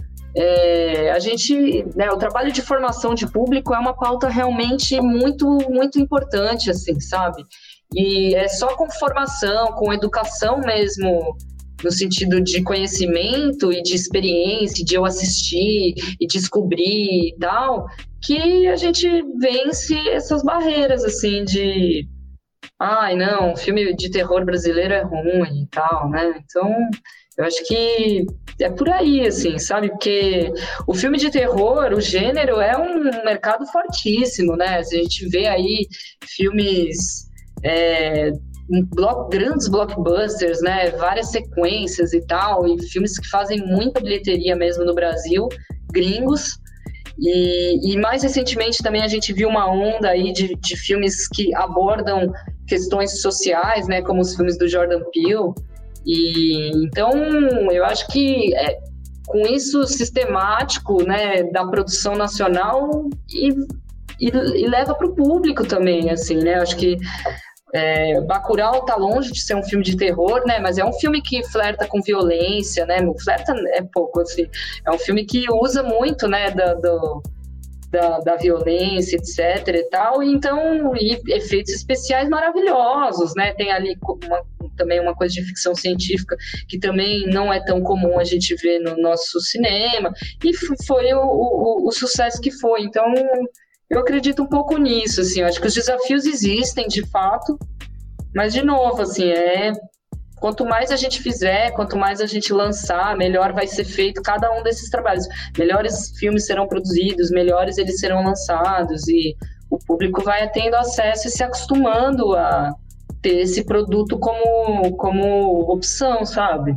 é, a gente, né, o trabalho de formação de público é uma pauta realmente muito, muito importante, assim, sabe? E é só com formação, com educação mesmo, no sentido de conhecimento e de experiência, de eu assistir e descobrir e tal, que a gente vence essas barreiras, assim, de, ai, não, filme de terror brasileiro é ruim e tal, né? Então, eu acho que é por aí, assim, sabe? Porque o filme de terror, o gênero, é um mercado fortíssimo, né? Se a gente vê aí filmes... É, block, grandes blockbusters, né? Várias sequências e tal, e filmes que fazem muita bilheteria mesmo no Brasil, gringos. E, e mais recentemente também a gente viu uma onda aí de, de filmes que abordam questões sociais, né, como os filmes do Jordan Peele. E então eu acho que é, com isso sistemático, né, da produção nacional e, e, e leva para o público também, assim, né? Eu acho que É, Bacurau tá longe de ser um filme de terror, né? Mas é um filme que flerta com violência, né? Flerta é pouco, assim. É um filme que usa muito, né? Da, do, da, da violência, etc e tal. E, então, e efeitos especiais maravilhosos, né? Tem ali uma, também uma coisa de ficção científica que também não é tão comum a gente ver no nosso cinema. E foi o, o, o sucesso que foi. Então... eu acredito um pouco nisso, assim, eu acho que os desafios existem, de fato, mas, de novo, assim, é... quanto mais a gente fizer, quanto mais a gente lançar, melhor vai ser feito cada um desses trabalhos. Melhores filmes serão produzidos, melhores eles serão lançados, e o público vai tendo acesso e se acostumando a ter esse produto como, como opção, sabe?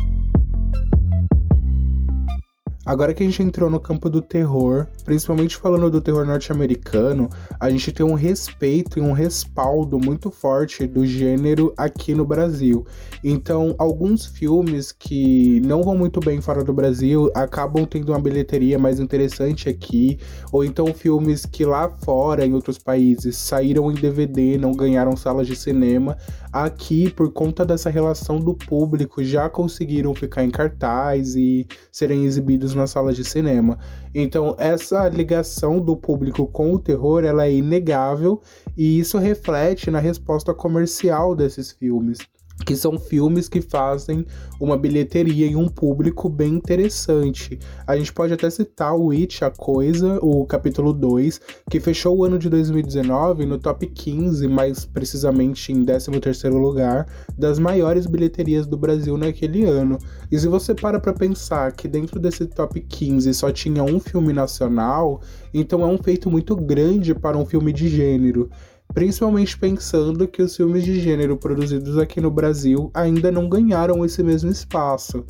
Agora que a gente entrou no campo do terror, principalmente falando do terror norte-americano, a gente tem um respeito e um respaldo muito forte do gênero aqui no Brasil. Então, alguns filmes que não vão muito bem fora do Brasil acabam tendo uma bilheteria mais interessante aqui, ou então filmes que lá fora, em outros países, saíram em D V D, não ganharam salas de cinema, aqui, por conta dessa relação do público, já conseguiram ficar em cartaz e serem exibidos nas salas de cinema. Então, essa ligação do público com o terror, ela é inegável, e isso reflete na resposta comercial desses filmes, que são filmes que fazem uma bilheteria e um público bem interessante. A gente pode até citar o It, A Coisa, o capítulo dois, que fechou o ano de dois mil e dezenove no top quinze, mais precisamente em décimo terceiro lugar, das maiores bilheterias do Brasil naquele ano. E se você para pra pensar que dentro desse top quinze só tinha um filme nacional, então é um feito muito grande para um filme de gênero. Principalmente pensando que os filmes de gênero produzidos aqui no Brasil ainda não ganharam esse mesmo espaço.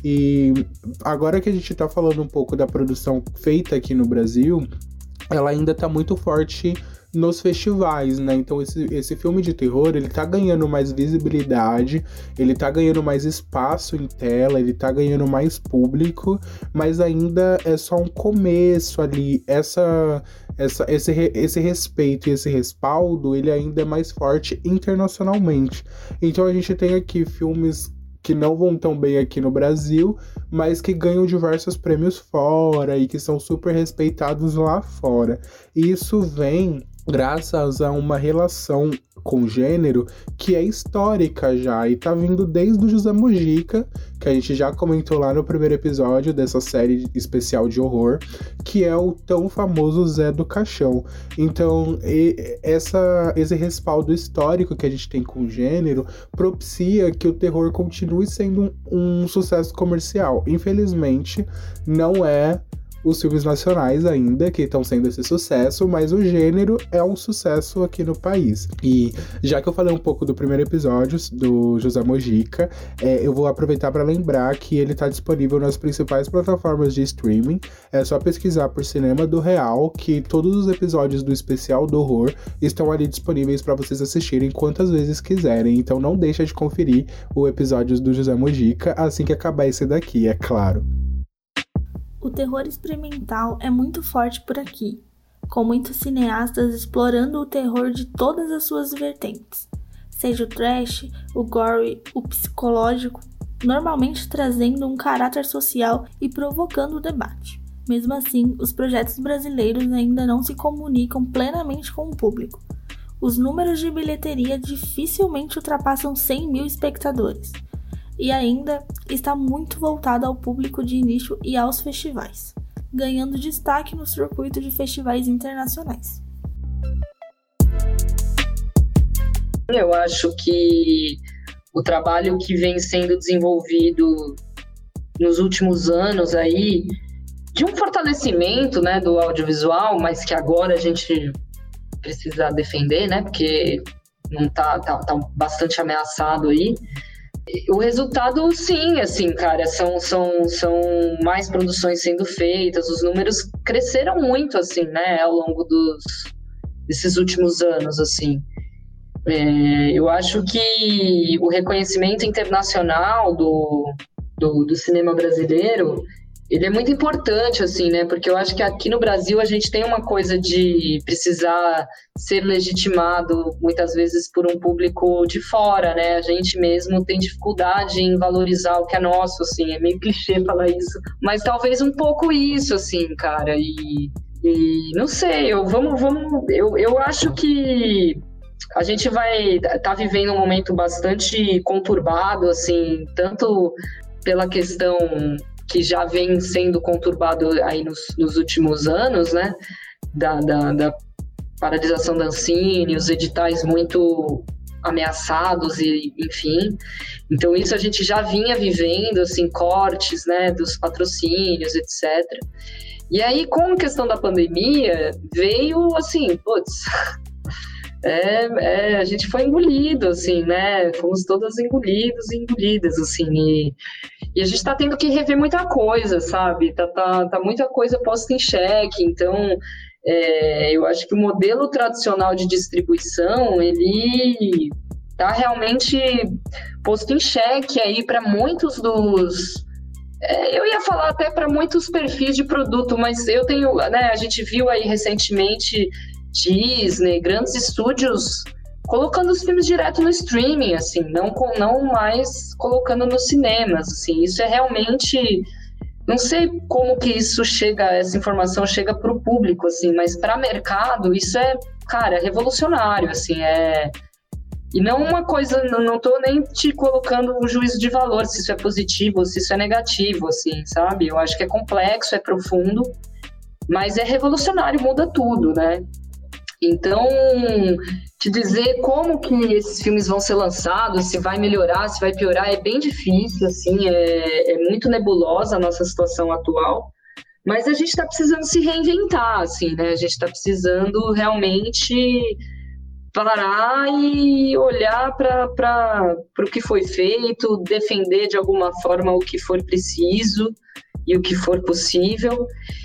E agora que a gente tá falando um pouco da produção feita aqui no Brasil, ela ainda tá muito forte nos festivais, né? Então esse, esse filme de terror, ele tá ganhando mais visibilidade, ele tá ganhando mais espaço em tela, ele tá ganhando mais público, mas ainda é só um começo ali. Essa, essa, esse, esse respeito e esse respaldo, ele ainda é mais forte internacionalmente. Então a gente tem aqui filmes que não vão tão bem aqui no Brasil, mas que ganham diversos prêmios fora e que são super respeitados lá fora. E isso vem graças a uma relação com gênero que é histórica já, e tá vindo desde o José Mojica, que a gente já comentou lá no primeiro episódio dessa série especial de horror, que é o tão famoso Zé do Caixão. Então, e, essa, esse respaldo histórico que a gente tem com o gênero propicia que o terror continue sendo um, um sucesso comercial. Infelizmente, não é os filmes nacionais ainda que estão sendo esse sucesso, mas o gênero é um sucesso aqui no país. E já que eu falei um pouco do primeiro episódio do José Mojica, é, eu vou aproveitar para lembrar que ele está disponível nas principais plataformas de streaming. É só pesquisar por Cinema do Real, que todos os episódios do especial do horror estão ali disponíveis para vocês assistirem quantas vezes quiserem. Então não deixa de conferir o episódio do José Mojica assim que acabar esse daqui, é claro. O terror experimental é muito forte por aqui, com muitos cineastas explorando o terror de todas as suas vertentes, seja o trash, o gore, o psicológico, normalmente trazendo um caráter social e provocando o debate. Mesmo assim, os projetos brasileiros ainda não se comunicam plenamente com o público. Os números de bilheteria dificilmente ultrapassam cem mil espectadores, e ainda está muito voltado ao público de nicho e aos festivais, ganhando destaque no circuito de festivais internacionais. Eu acho que o trabalho que vem sendo desenvolvido nos últimos anos aí, de um fortalecimento, né, do audiovisual, mas que agora a gente precisa defender, né, porque não tá, tá, tá bastante ameaçado aí. O resultado, sim, assim, cara, são, são, são mais produções sendo feitas, os números cresceram muito, assim, né, ao longo dos, desses últimos anos, assim. É, eu acho que o reconhecimento internacional do, do, do cinema brasileiro, ele é muito importante, assim, né? Porque eu acho que aqui no Brasil a gente tem uma coisa de precisar ser legitimado, muitas vezes, por um público de fora, né? A gente mesmo tem dificuldade em valorizar o que é nosso, assim. É meio clichê falar isso. Mas talvez um pouco isso, assim, cara. E, e não sei, eu, vamos, vamos, eu, eu acho que a gente vai tá vivendo um momento bastante conturbado, assim, tanto pela questão que já vem sendo conturbado aí nos, nos últimos anos, né, da, da, da paralisação da Ancine, os editais muito ameaçados, e enfim. Então isso a gente já vinha vivendo, assim, cortes, né, dos patrocínios, etcétera. E aí, com a questão da pandemia, veio, assim, putz, é, é, a gente foi engolido, assim, né, fomos todas engolidos e engolidas, assim, e, e a gente tá tendo que rever muita coisa, sabe, tá, tá, tá muita coisa posta em xeque. Então, é, eu acho que o modelo tradicional de distribuição, ele tá realmente posto em xeque aí para muitos dos... É, eu ia falar até para muitos perfis de produto, mas eu tenho, né, a gente viu aí recentemente Disney, grandes estúdios colocando os filmes direto no streaming, assim, não, não mais colocando nos cinemas, assim. Isso é realmente... Não sei como que isso chega, essa informação chega para o público, assim, mas para mercado isso é, cara, é revolucionário, assim, é... E não uma coisa, não estou nem te colocando um juízo de valor, se isso é positivo ou se isso é negativo, assim, sabe? Eu acho que é complexo, é profundo, mas é revolucionário, muda tudo, né? Então, te dizer como que esses filmes vão ser lançados, se vai melhorar, se vai piorar, é bem difícil, assim, é, é muito nebulosa a nossa situação atual, mas a gente está precisando se reinventar, assim, né? A gente está precisando realmente parar e olhar para o que foi feito, defender de alguma forma o que for preciso e o que for possível,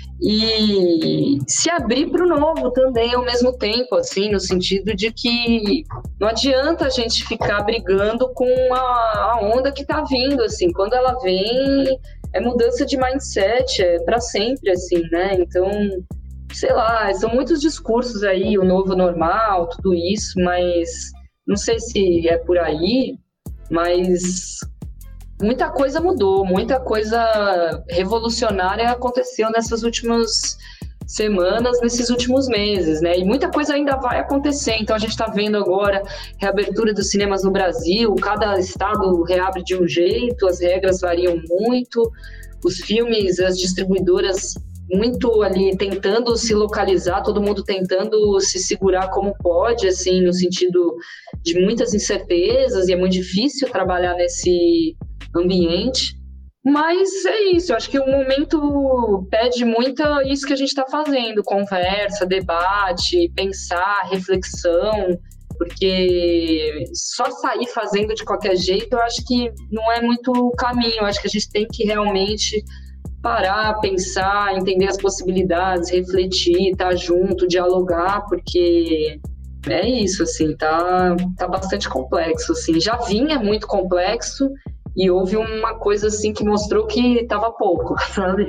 e se abrir para o novo também ao mesmo tempo, assim, no sentido de que não adianta a gente ficar brigando com a, a onda que está vindo, assim, quando ela vem é mudança de mindset, é para sempre, assim, né? Então, sei lá, são muitos discursos aí, o novo normal, tudo isso, mas não sei se é por aí, mas muita coisa mudou, muita coisa revolucionária aconteceu nessas últimas semanas, nesses últimos meses, né? E muita coisa ainda vai acontecer. Então a gente está vendo agora reabertura dos cinemas no Brasil, cada estado reabre de um jeito, as regras variam muito, os filmes, as distribuidoras muito ali tentando se localizar, todo mundo tentando se segurar como pode, assim, no sentido de muitas incertezas, e é muito difícil trabalhar nesse ambiente, mas é isso, eu acho que o momento pede muito isso que a gente está fazendo, conversa, debate, pensar, reflexão, porque só sair fazendo de qualquer jeito, eu acho que não é muito o caminho, eu acho que a gente tem que realmente parar, pensar, entender as possibilidades, refletir, estar tá junto, dialogar, porque é isso, assim, tá, tá bastante complexo, assim, já vinha muito complexo e houve uma coisa, assim, que mostrou que estava pouco, sabe?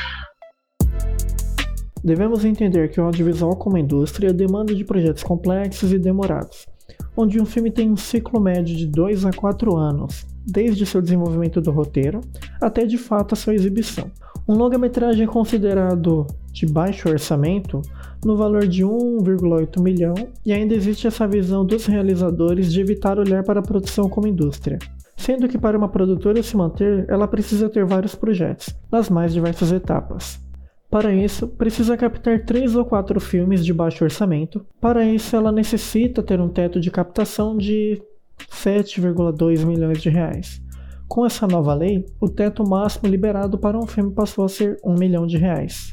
Devemos entender que o audiovisual como indústria demanda de projetos complexos e demorados, onde um filme tem um ciclo médio de dois a quatro anos, desde seu desenvolvimento do roteiro até de fato a sua exibição. Um longa-metragem é considerado de baixo orçamento no valor de um vírgula oito milhão, e ainda existe essa visão dos realizadores de evitar olhar para a produção como indústria, sendo que para uma produtora se manter, ela precisa ter vários projetos, nas mais diversas etapas. Para isso, precisa captar três ou quatro filmes de baixo orçamento. Para isso, ela necessita ter um teto de captação de sete vírgula dois milhões de reais. Com essa nova lei, o teto máximo liberado para um filme passou a ser um milhão de reais.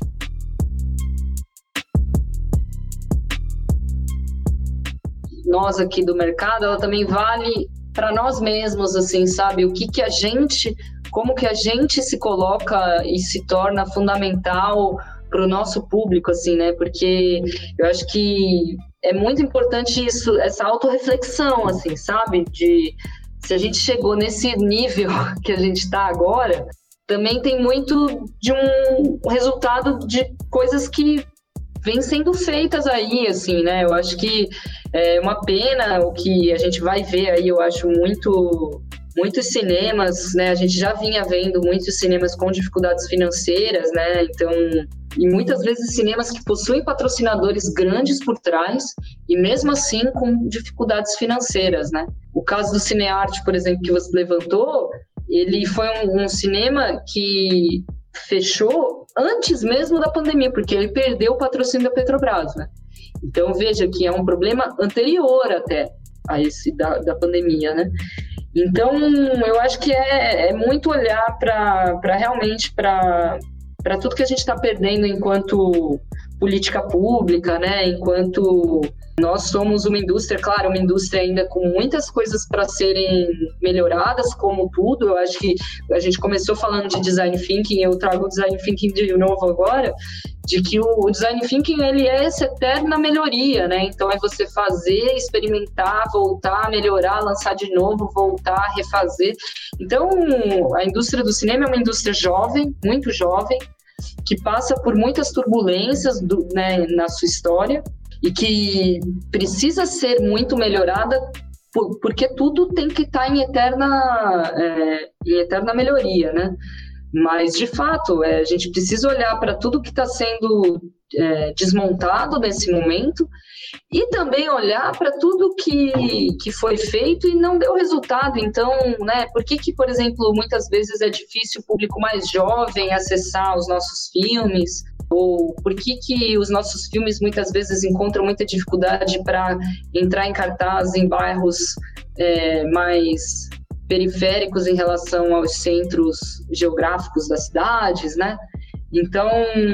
Nós aqui do mercado, ela também vale para nós mesmos, assim, sabe? O que que a gente, como que a gente se coloca e se torna fundamental para o nosso público, assim, né? Porque eu acho que é muito importante isso, essa autorreflexão, assim, sabe? De se a gente chegou nesse nível que a gente está agora, também tem muito de um resultado de coisas que vêm sendo feitas aí, assim, né? Eu acho que é uma pena o que a gente vai ver aí, eu acho muito... Muitos cinemas, né? A gente já vinha vendo muitos cinemas com dificuldades financeiras, né? Então, e muitas vezes cinemas que possuem patrocinadores grandes por trás e mesmo assim com dificuldades financeiras, né? O caso do Cinearte, por exemplo, que você levantou, ele foi um, um cinema que fechou antes mesmo da pandemia, porque ele perdeu o patrocínio da Petrobras, né? Então, veja que é um problema anterior até a esse da, da pandemia, né? Então, eu acho que é, é muito olhar para realmente para tudo que a gente está perdendo enquanto política pública, né? Enquanto nós somos uma indústria, claro, uma indústria ainda com muitas coisas para serem melhoradas, como tudo. Eu acho que a gente começou falando de design thinking, eu trago o design thinking de novo agora, de que o design thinking ele é essa eterna melhoria, né? Então é você fazer, experimentar, voltar, melhorar, lançar de novo, voltar, refazer. Então a indústria do cinema é uma indústria jovem, muito jovem, que passa por muitas turbulências do, né, na sua história e que precisa ser muito melhorada por, porque tudo tem que estar em eterna, é, em eterna melhoria, né? Mas, de fato, é, a gente precisa olhar para tudo que está sendo é, desmontado nesse momento e também olhar para tudo que, que foi feito e não deu resultado. Então, né, por que, que, por exemplo, muitas vezes é difícil o público mais jovem acessar os nossos filmes? Ou por que, que os nossos filmes muitas vezes encontram muita dificuldade para entrar em cartaz em bairros é, mais periféricos em relação aos centros geográficos das cidades, né? Então,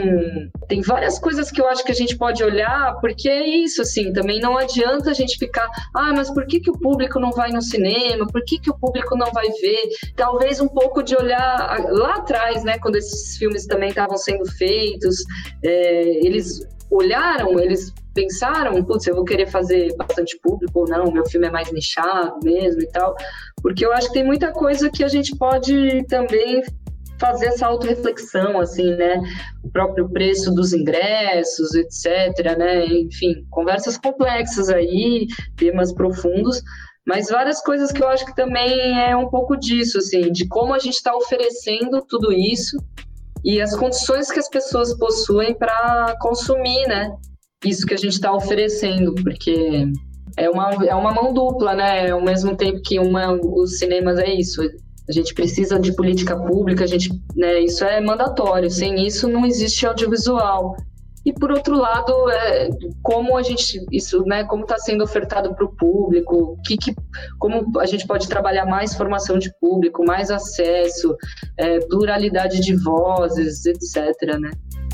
tem várias coisas que eu acho que a gente pode olhar, porque é isso, assim, também não adianta a gente ficar, ah, mas por que, que o público não vai no cinema? Por que, que o público não vai ver? Talvez um pouco de olhar lá atrás, né, quando esses filmes também estavam sendo feitos, é, eles olharam, eles pensaram, putz, eu vou querer fazer bastante público ou não, meu filme é mais nichado mesmo e tal, porque eu acho que tem muita coisa que a gente pode também fazer essa autorreflexão, assim, né, o próprio preço dos ingressos, etc, né, enfim, conversas complexas aí, temas profundos, mas várias coisas que eu acho que também é um pouco disso, assim, de como a gente está oferecendo tudo isso e as condições que as pessoas possuem para consumir, né, isso que a gente está oferecendo, porque é uma, é uma mão dupla, né, ao mesmo tempo que uma, os cinemas é isso, a gente precisa de política pública, a gente, né, isso é mandatório, sem isso não existe audiovisual. E por outro lado, é, como a gente, isso, né, como está sendo ofertado para o público, que, que, como a gente pode trabalhar mais formação de público, mais acesso, é, pluralidade de vozes, etc, né?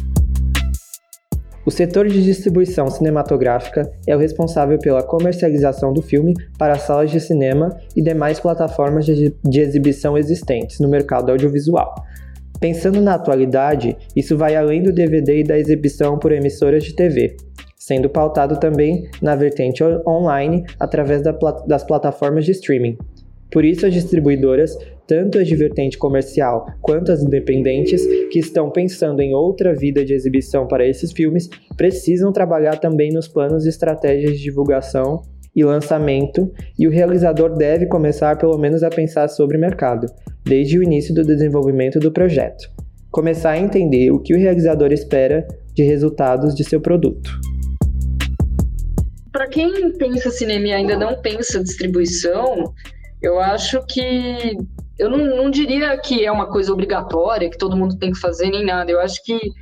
O setor de distribuição cinematográfica é o responsável pela comercialização do filme para salas de cinema e demais plataformas de, de exibição existentes no mercado audiovisual. Pensando na atualidade, isso vai além do D V D e da exibição por emissoras de T V, sendo pautado também na vertente online através da, das plataformas de streaming. Por isso, as distribuidoras, tanto as de vertente comercial quanto as independentes, que estão pensando em outra vida de exibição para esses filmes, precisam trabalhar também nos planos e estratégias de divulgação e lançamento, e o realizador deve começar pelo menos a pensar sobre o mercado, desde o início do desenvolvimento do projeto. Começar a entender o que o realizador espera de resultados de seu produto. Para quem pensa cinema e ainda não pensa distribuição, eu acho que... Eu não, não diria que é uma coisa obrigatória, que todo mundo tem que fazer, nem nada. Eu acho que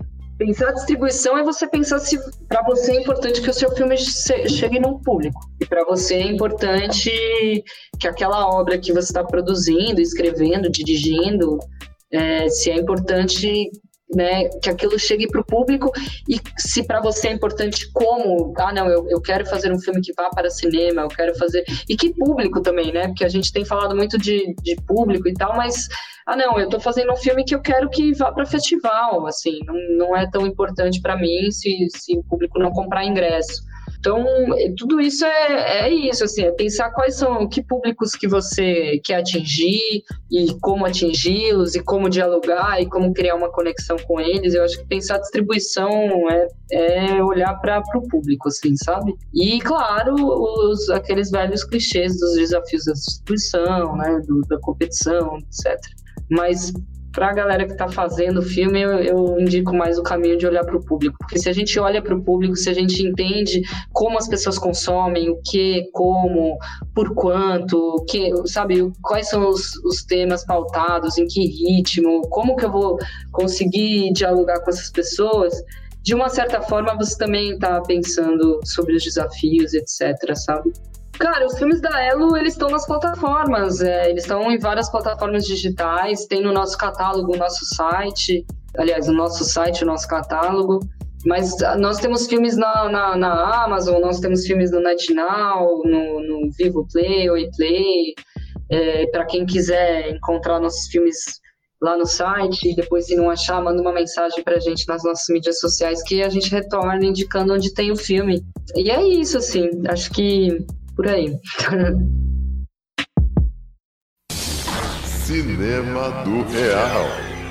Pensar a distribuição é você pensar se para você é importante que o seu filme chegue num público. E para você é importante que aquela obra que você está produzindo, escrevendo, dirigindo, é, se é importante, né, que aquilo chegue para o público. E se para você é importante como, ah não, eu, eu quero fazer um filme que vá para cinema, eu quero fazer... E que público também, né? Porque a gente tem falado muito de, de público e tal, mas... Ah, não, eu tô fazendo um filme que eu quero que vá para festival, assim, não, não é tão importante para mim se, se o público não comprar ingresso. Então, tudo isso é, é isso, assim, é pensar quais são, que públicos que você quer atingir e como atingi-los e como dialogar e como criar uma conexão com eles. Eu acho que pensar distribuição é, é olhar para o público, assim, sabe? E, claro, os, aqueles velhos clichês dos desafios da distribuição, né, do, da competição, etcétera. Mas para a galera que está fazendo o filme, eu, eu indico mais o caminho de olhar para o público. Porque se a gente olha para o público, se a gente entende como as pessoas consomem, o que, como, por quanto, que, sabe, quais são os, os temas pautados, em que ritmo, como que eu vou conseguir dialogar com essas pessoas, de uma certa forma você também está pensando sobre os desafios, etcétera, sabe? Cara, os filmes da Elo, eles estão nas plataformas, é, eles estão em várias plataformas digitais, tem no nosso catálogo, o nosso site, aliás, o nosso site, o nosso catálogo, mas nós temos filmes na, na, na Amazon, nós temos filmes no NetNow, no, no Vivo Play, Oi Play, é, para quem quiser encontrar nossos filmes lá no site, e depois se não achar, manda uma mensagem pra gente nas nossas mídias sociais que a gente retorna indicando onde tem o filme. E é isso, assim, acho que por aí. Cinema do Real.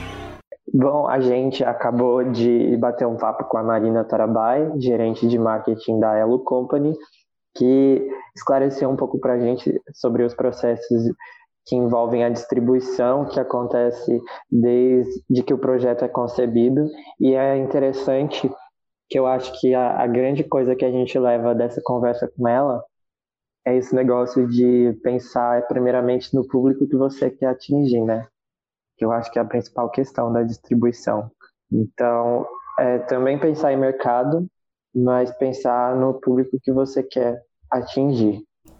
Bom, a gente acabou de bater um papo com a Marina Tarabai, gerente de marketing da Elo Company, que esclareceu um pouco para a gente sobre os processos que envolvem a distribuição que acontece desde que o projeto é concebido. E é interessante que eu acho que a, a grande coisa que a gente leva dessa conversa com ela é esse negócio de pensar primeiramente no público que você quer atingir, né? Que eu acho que é a principal questão da distribuição. Então, é também pensar em mercado, mas pensar no público que você quer atingir.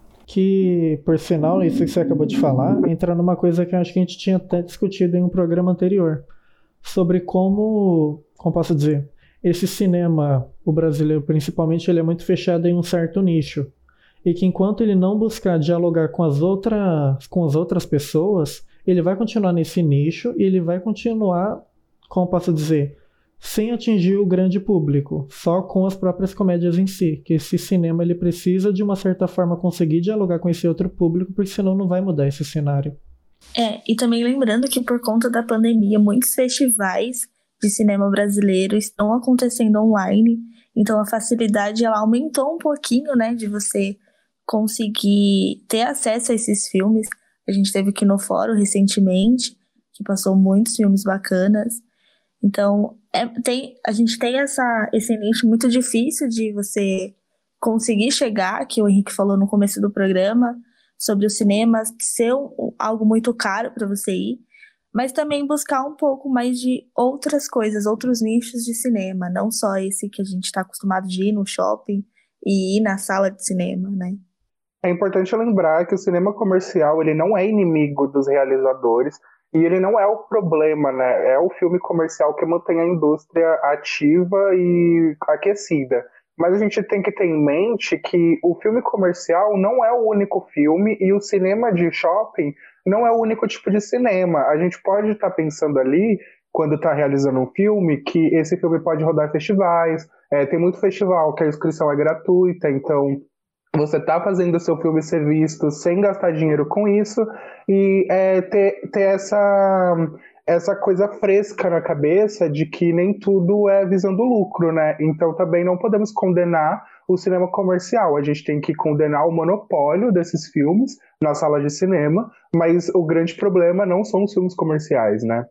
Que, por sinal, isso que você acabou de falar, entra numa coisa que eu acho que a gente tinha até discutido em um programa anterior, sobre como, como posso dizer, esse cinema, o brasileiro principalmente, ele é muito fechado em um certo nicho. E que enquanto ele não buscar dialogar com as outras, com as outras pessoas, ele vai continuar nesse nicho e ele vai continuar, como posso dizer, sem atingir o grande público, só com as próprias comédias em si. Que esse cinema ele precisa, de uma certa forma, conseguir dialogar com esse outro público, porque senão não vai mudar esse cenário. É, e também lembrando que por conta da pandemia, muitos festivais de cinema brasileiro estão acontecendo online, então a facilidade ela aumentou um pouquinho, né, de você conseguir ter acesso a esses filmes. A gente teve aqui no Fórum recentemente, que passou muitos filmes bacanas. Então, é, tem, a gente tem essa, esse nicho muito difícil de você conseguir chegar, que o Henrique falou no começo do programa, sobre o cinema ser um, algo muito caro para você ir, mas também buscar um pouco mais de outras coisas, outros nichos de cinema, não só esse que a gente está acostumado de ir no shopping e ir na sala de cinema, né? É importante lembrar que o cinema comercial ele não é inimigo dos realizadores e ele não é o problema, né? É o filme comercial que mantém a indústria ativa e aquecida. Mas a gente tem que ter em mente que o filme comercial não é o único filme e o cinema de shopping não é o único tipo de cinema. A gente pode estar pensando ali, quando está realizando um filme, que esse filme pode rodar em festivais. É, tem muito festival que a inscrição é gratuita, então você está fazendo o seu filme ser visto sem gastar dinheiro com isso e é, ter, ter essa, essa coisa fresca na cabeça de que nem tudo é visando lucro, né? Então também não podemos condenar o cinema comercial. A gente tem que condenar o monopólio desses filmes na sala de cinema, mas o grande problema não são os filmes comerciais, né?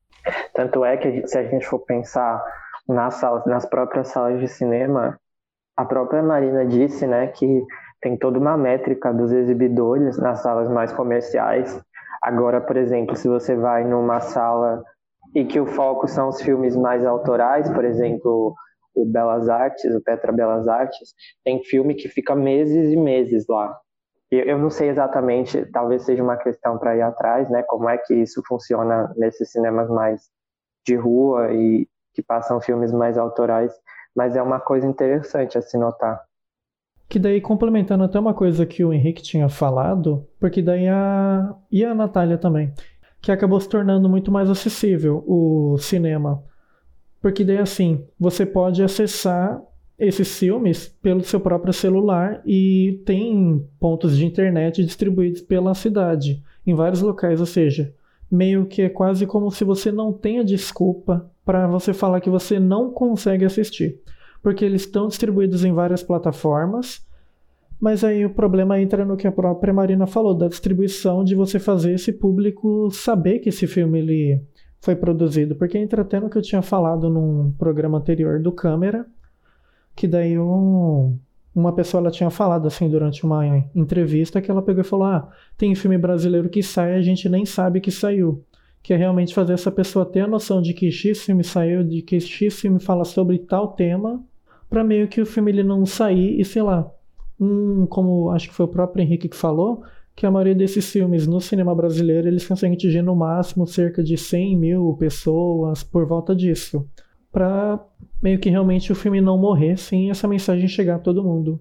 Tanto é que se a gente for pensar nas, salas, nas próprias salas de cinema, a própria Marina disse, né, que tem toda uma métrica dos exibidores nas salas mais comerciais. Agora, por exemplo, se você vai numa sala e que o foco são os filmes mais autorais, por exemplo, o Belas Artes, o Petra Belas Artes, tem filme que fica meses e meses lá. Eu não sei exatamente, talvez seja uma questão para ir atrás, né? Como é que isso funciona nesses cinemas mais de rua e que passam filmes mais autorais, mas é uma coisa interessante a se notar. Que daí, complementando até uma coisa que o Henrique tinha falado, porque daí a... e a Natália também, que acabou se tornando muito mais acessível o cinema. Porque daí, assim, você pode acessar esses filmes pelo seu próprio celular e tem pontos de internet distribuídos pela cidade, em vários locais, ou seja, meio que é quase como se você não tenha desculpa para você falar que você não consegue assistir. Porque eles estão distribuídos em várias plataformas, mas aí o problema entra no que a própria Marina falou, da distribuição, de você fazer esse público saber que esse filme ele foi produzido. Porque entra até no que eu tinha falado num programa anterior do Câmera, que daí um, uma pessoa ela tinha falado assim durante uma entrevista, que ela pegou e falou, ah, tem filme brasileiro que sai e a gente nem sabe que saiu. Que é realmente fazer essa pessoa ter a noção de que X filme saiu, de que X filme fala sobre tal tema, para meio que o filme ele não sair e, sei lá, um, como acho que foi o próprio Henrique que falou, que a maioria desses filmes no cinema brasileiro eles conseguem atingir no máximo cerca de cem mil pessoas por volta disso, para meio que realmente o filme não morrer sem essa mensagem chegar a todo mundo.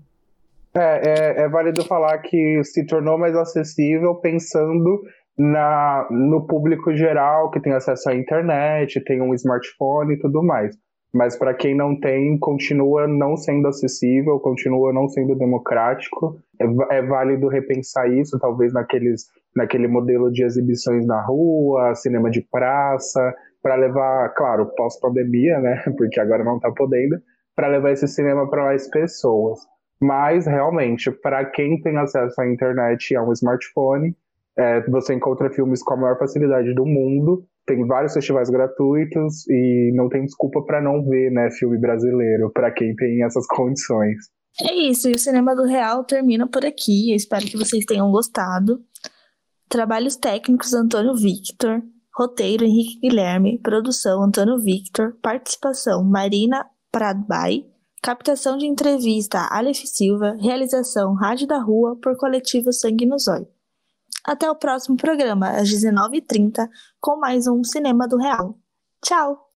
É, é, é válido falar que se tornou mais acessível pensando na, no público geral que tem acesso à internet, tem um smartphone e tudo mais. Mas para quem não tem, continua não sendo acessível, continua não sendo democrático. É, é válido repensar isso, talvez naqueles, naquele modelo de exibições na rua, cinema de praça, para levar, claro, pós-pandemia, né? Porque agora não está podendo, para levar esse cinema para mais pessoas. Mas, realmente, para quem tem acesso à internet e a um smartphone, é, você encontra filmes com a maior facilidade do mundo, tem vários festivais gratuitos e não tem desculpa para não ver, né, filme brasileiro, para quem tem essas condições. É isso, e o Cinema do Real termina por aqui. Eu espero que vocês tenham gostado. Trabalhos técnicos, Antônio Victor. Roteiro, Henrique Guilherme. Produção, Antônio Victor. Participação, Marina Pradbai. Captação de entrevista, Aleph Silva. Realização, Rádio da Rua, por Coletivo Sangue no Zóio. Até o próximo programa, às dezenove e trinta, com mais um Cinema do Real. Tchau!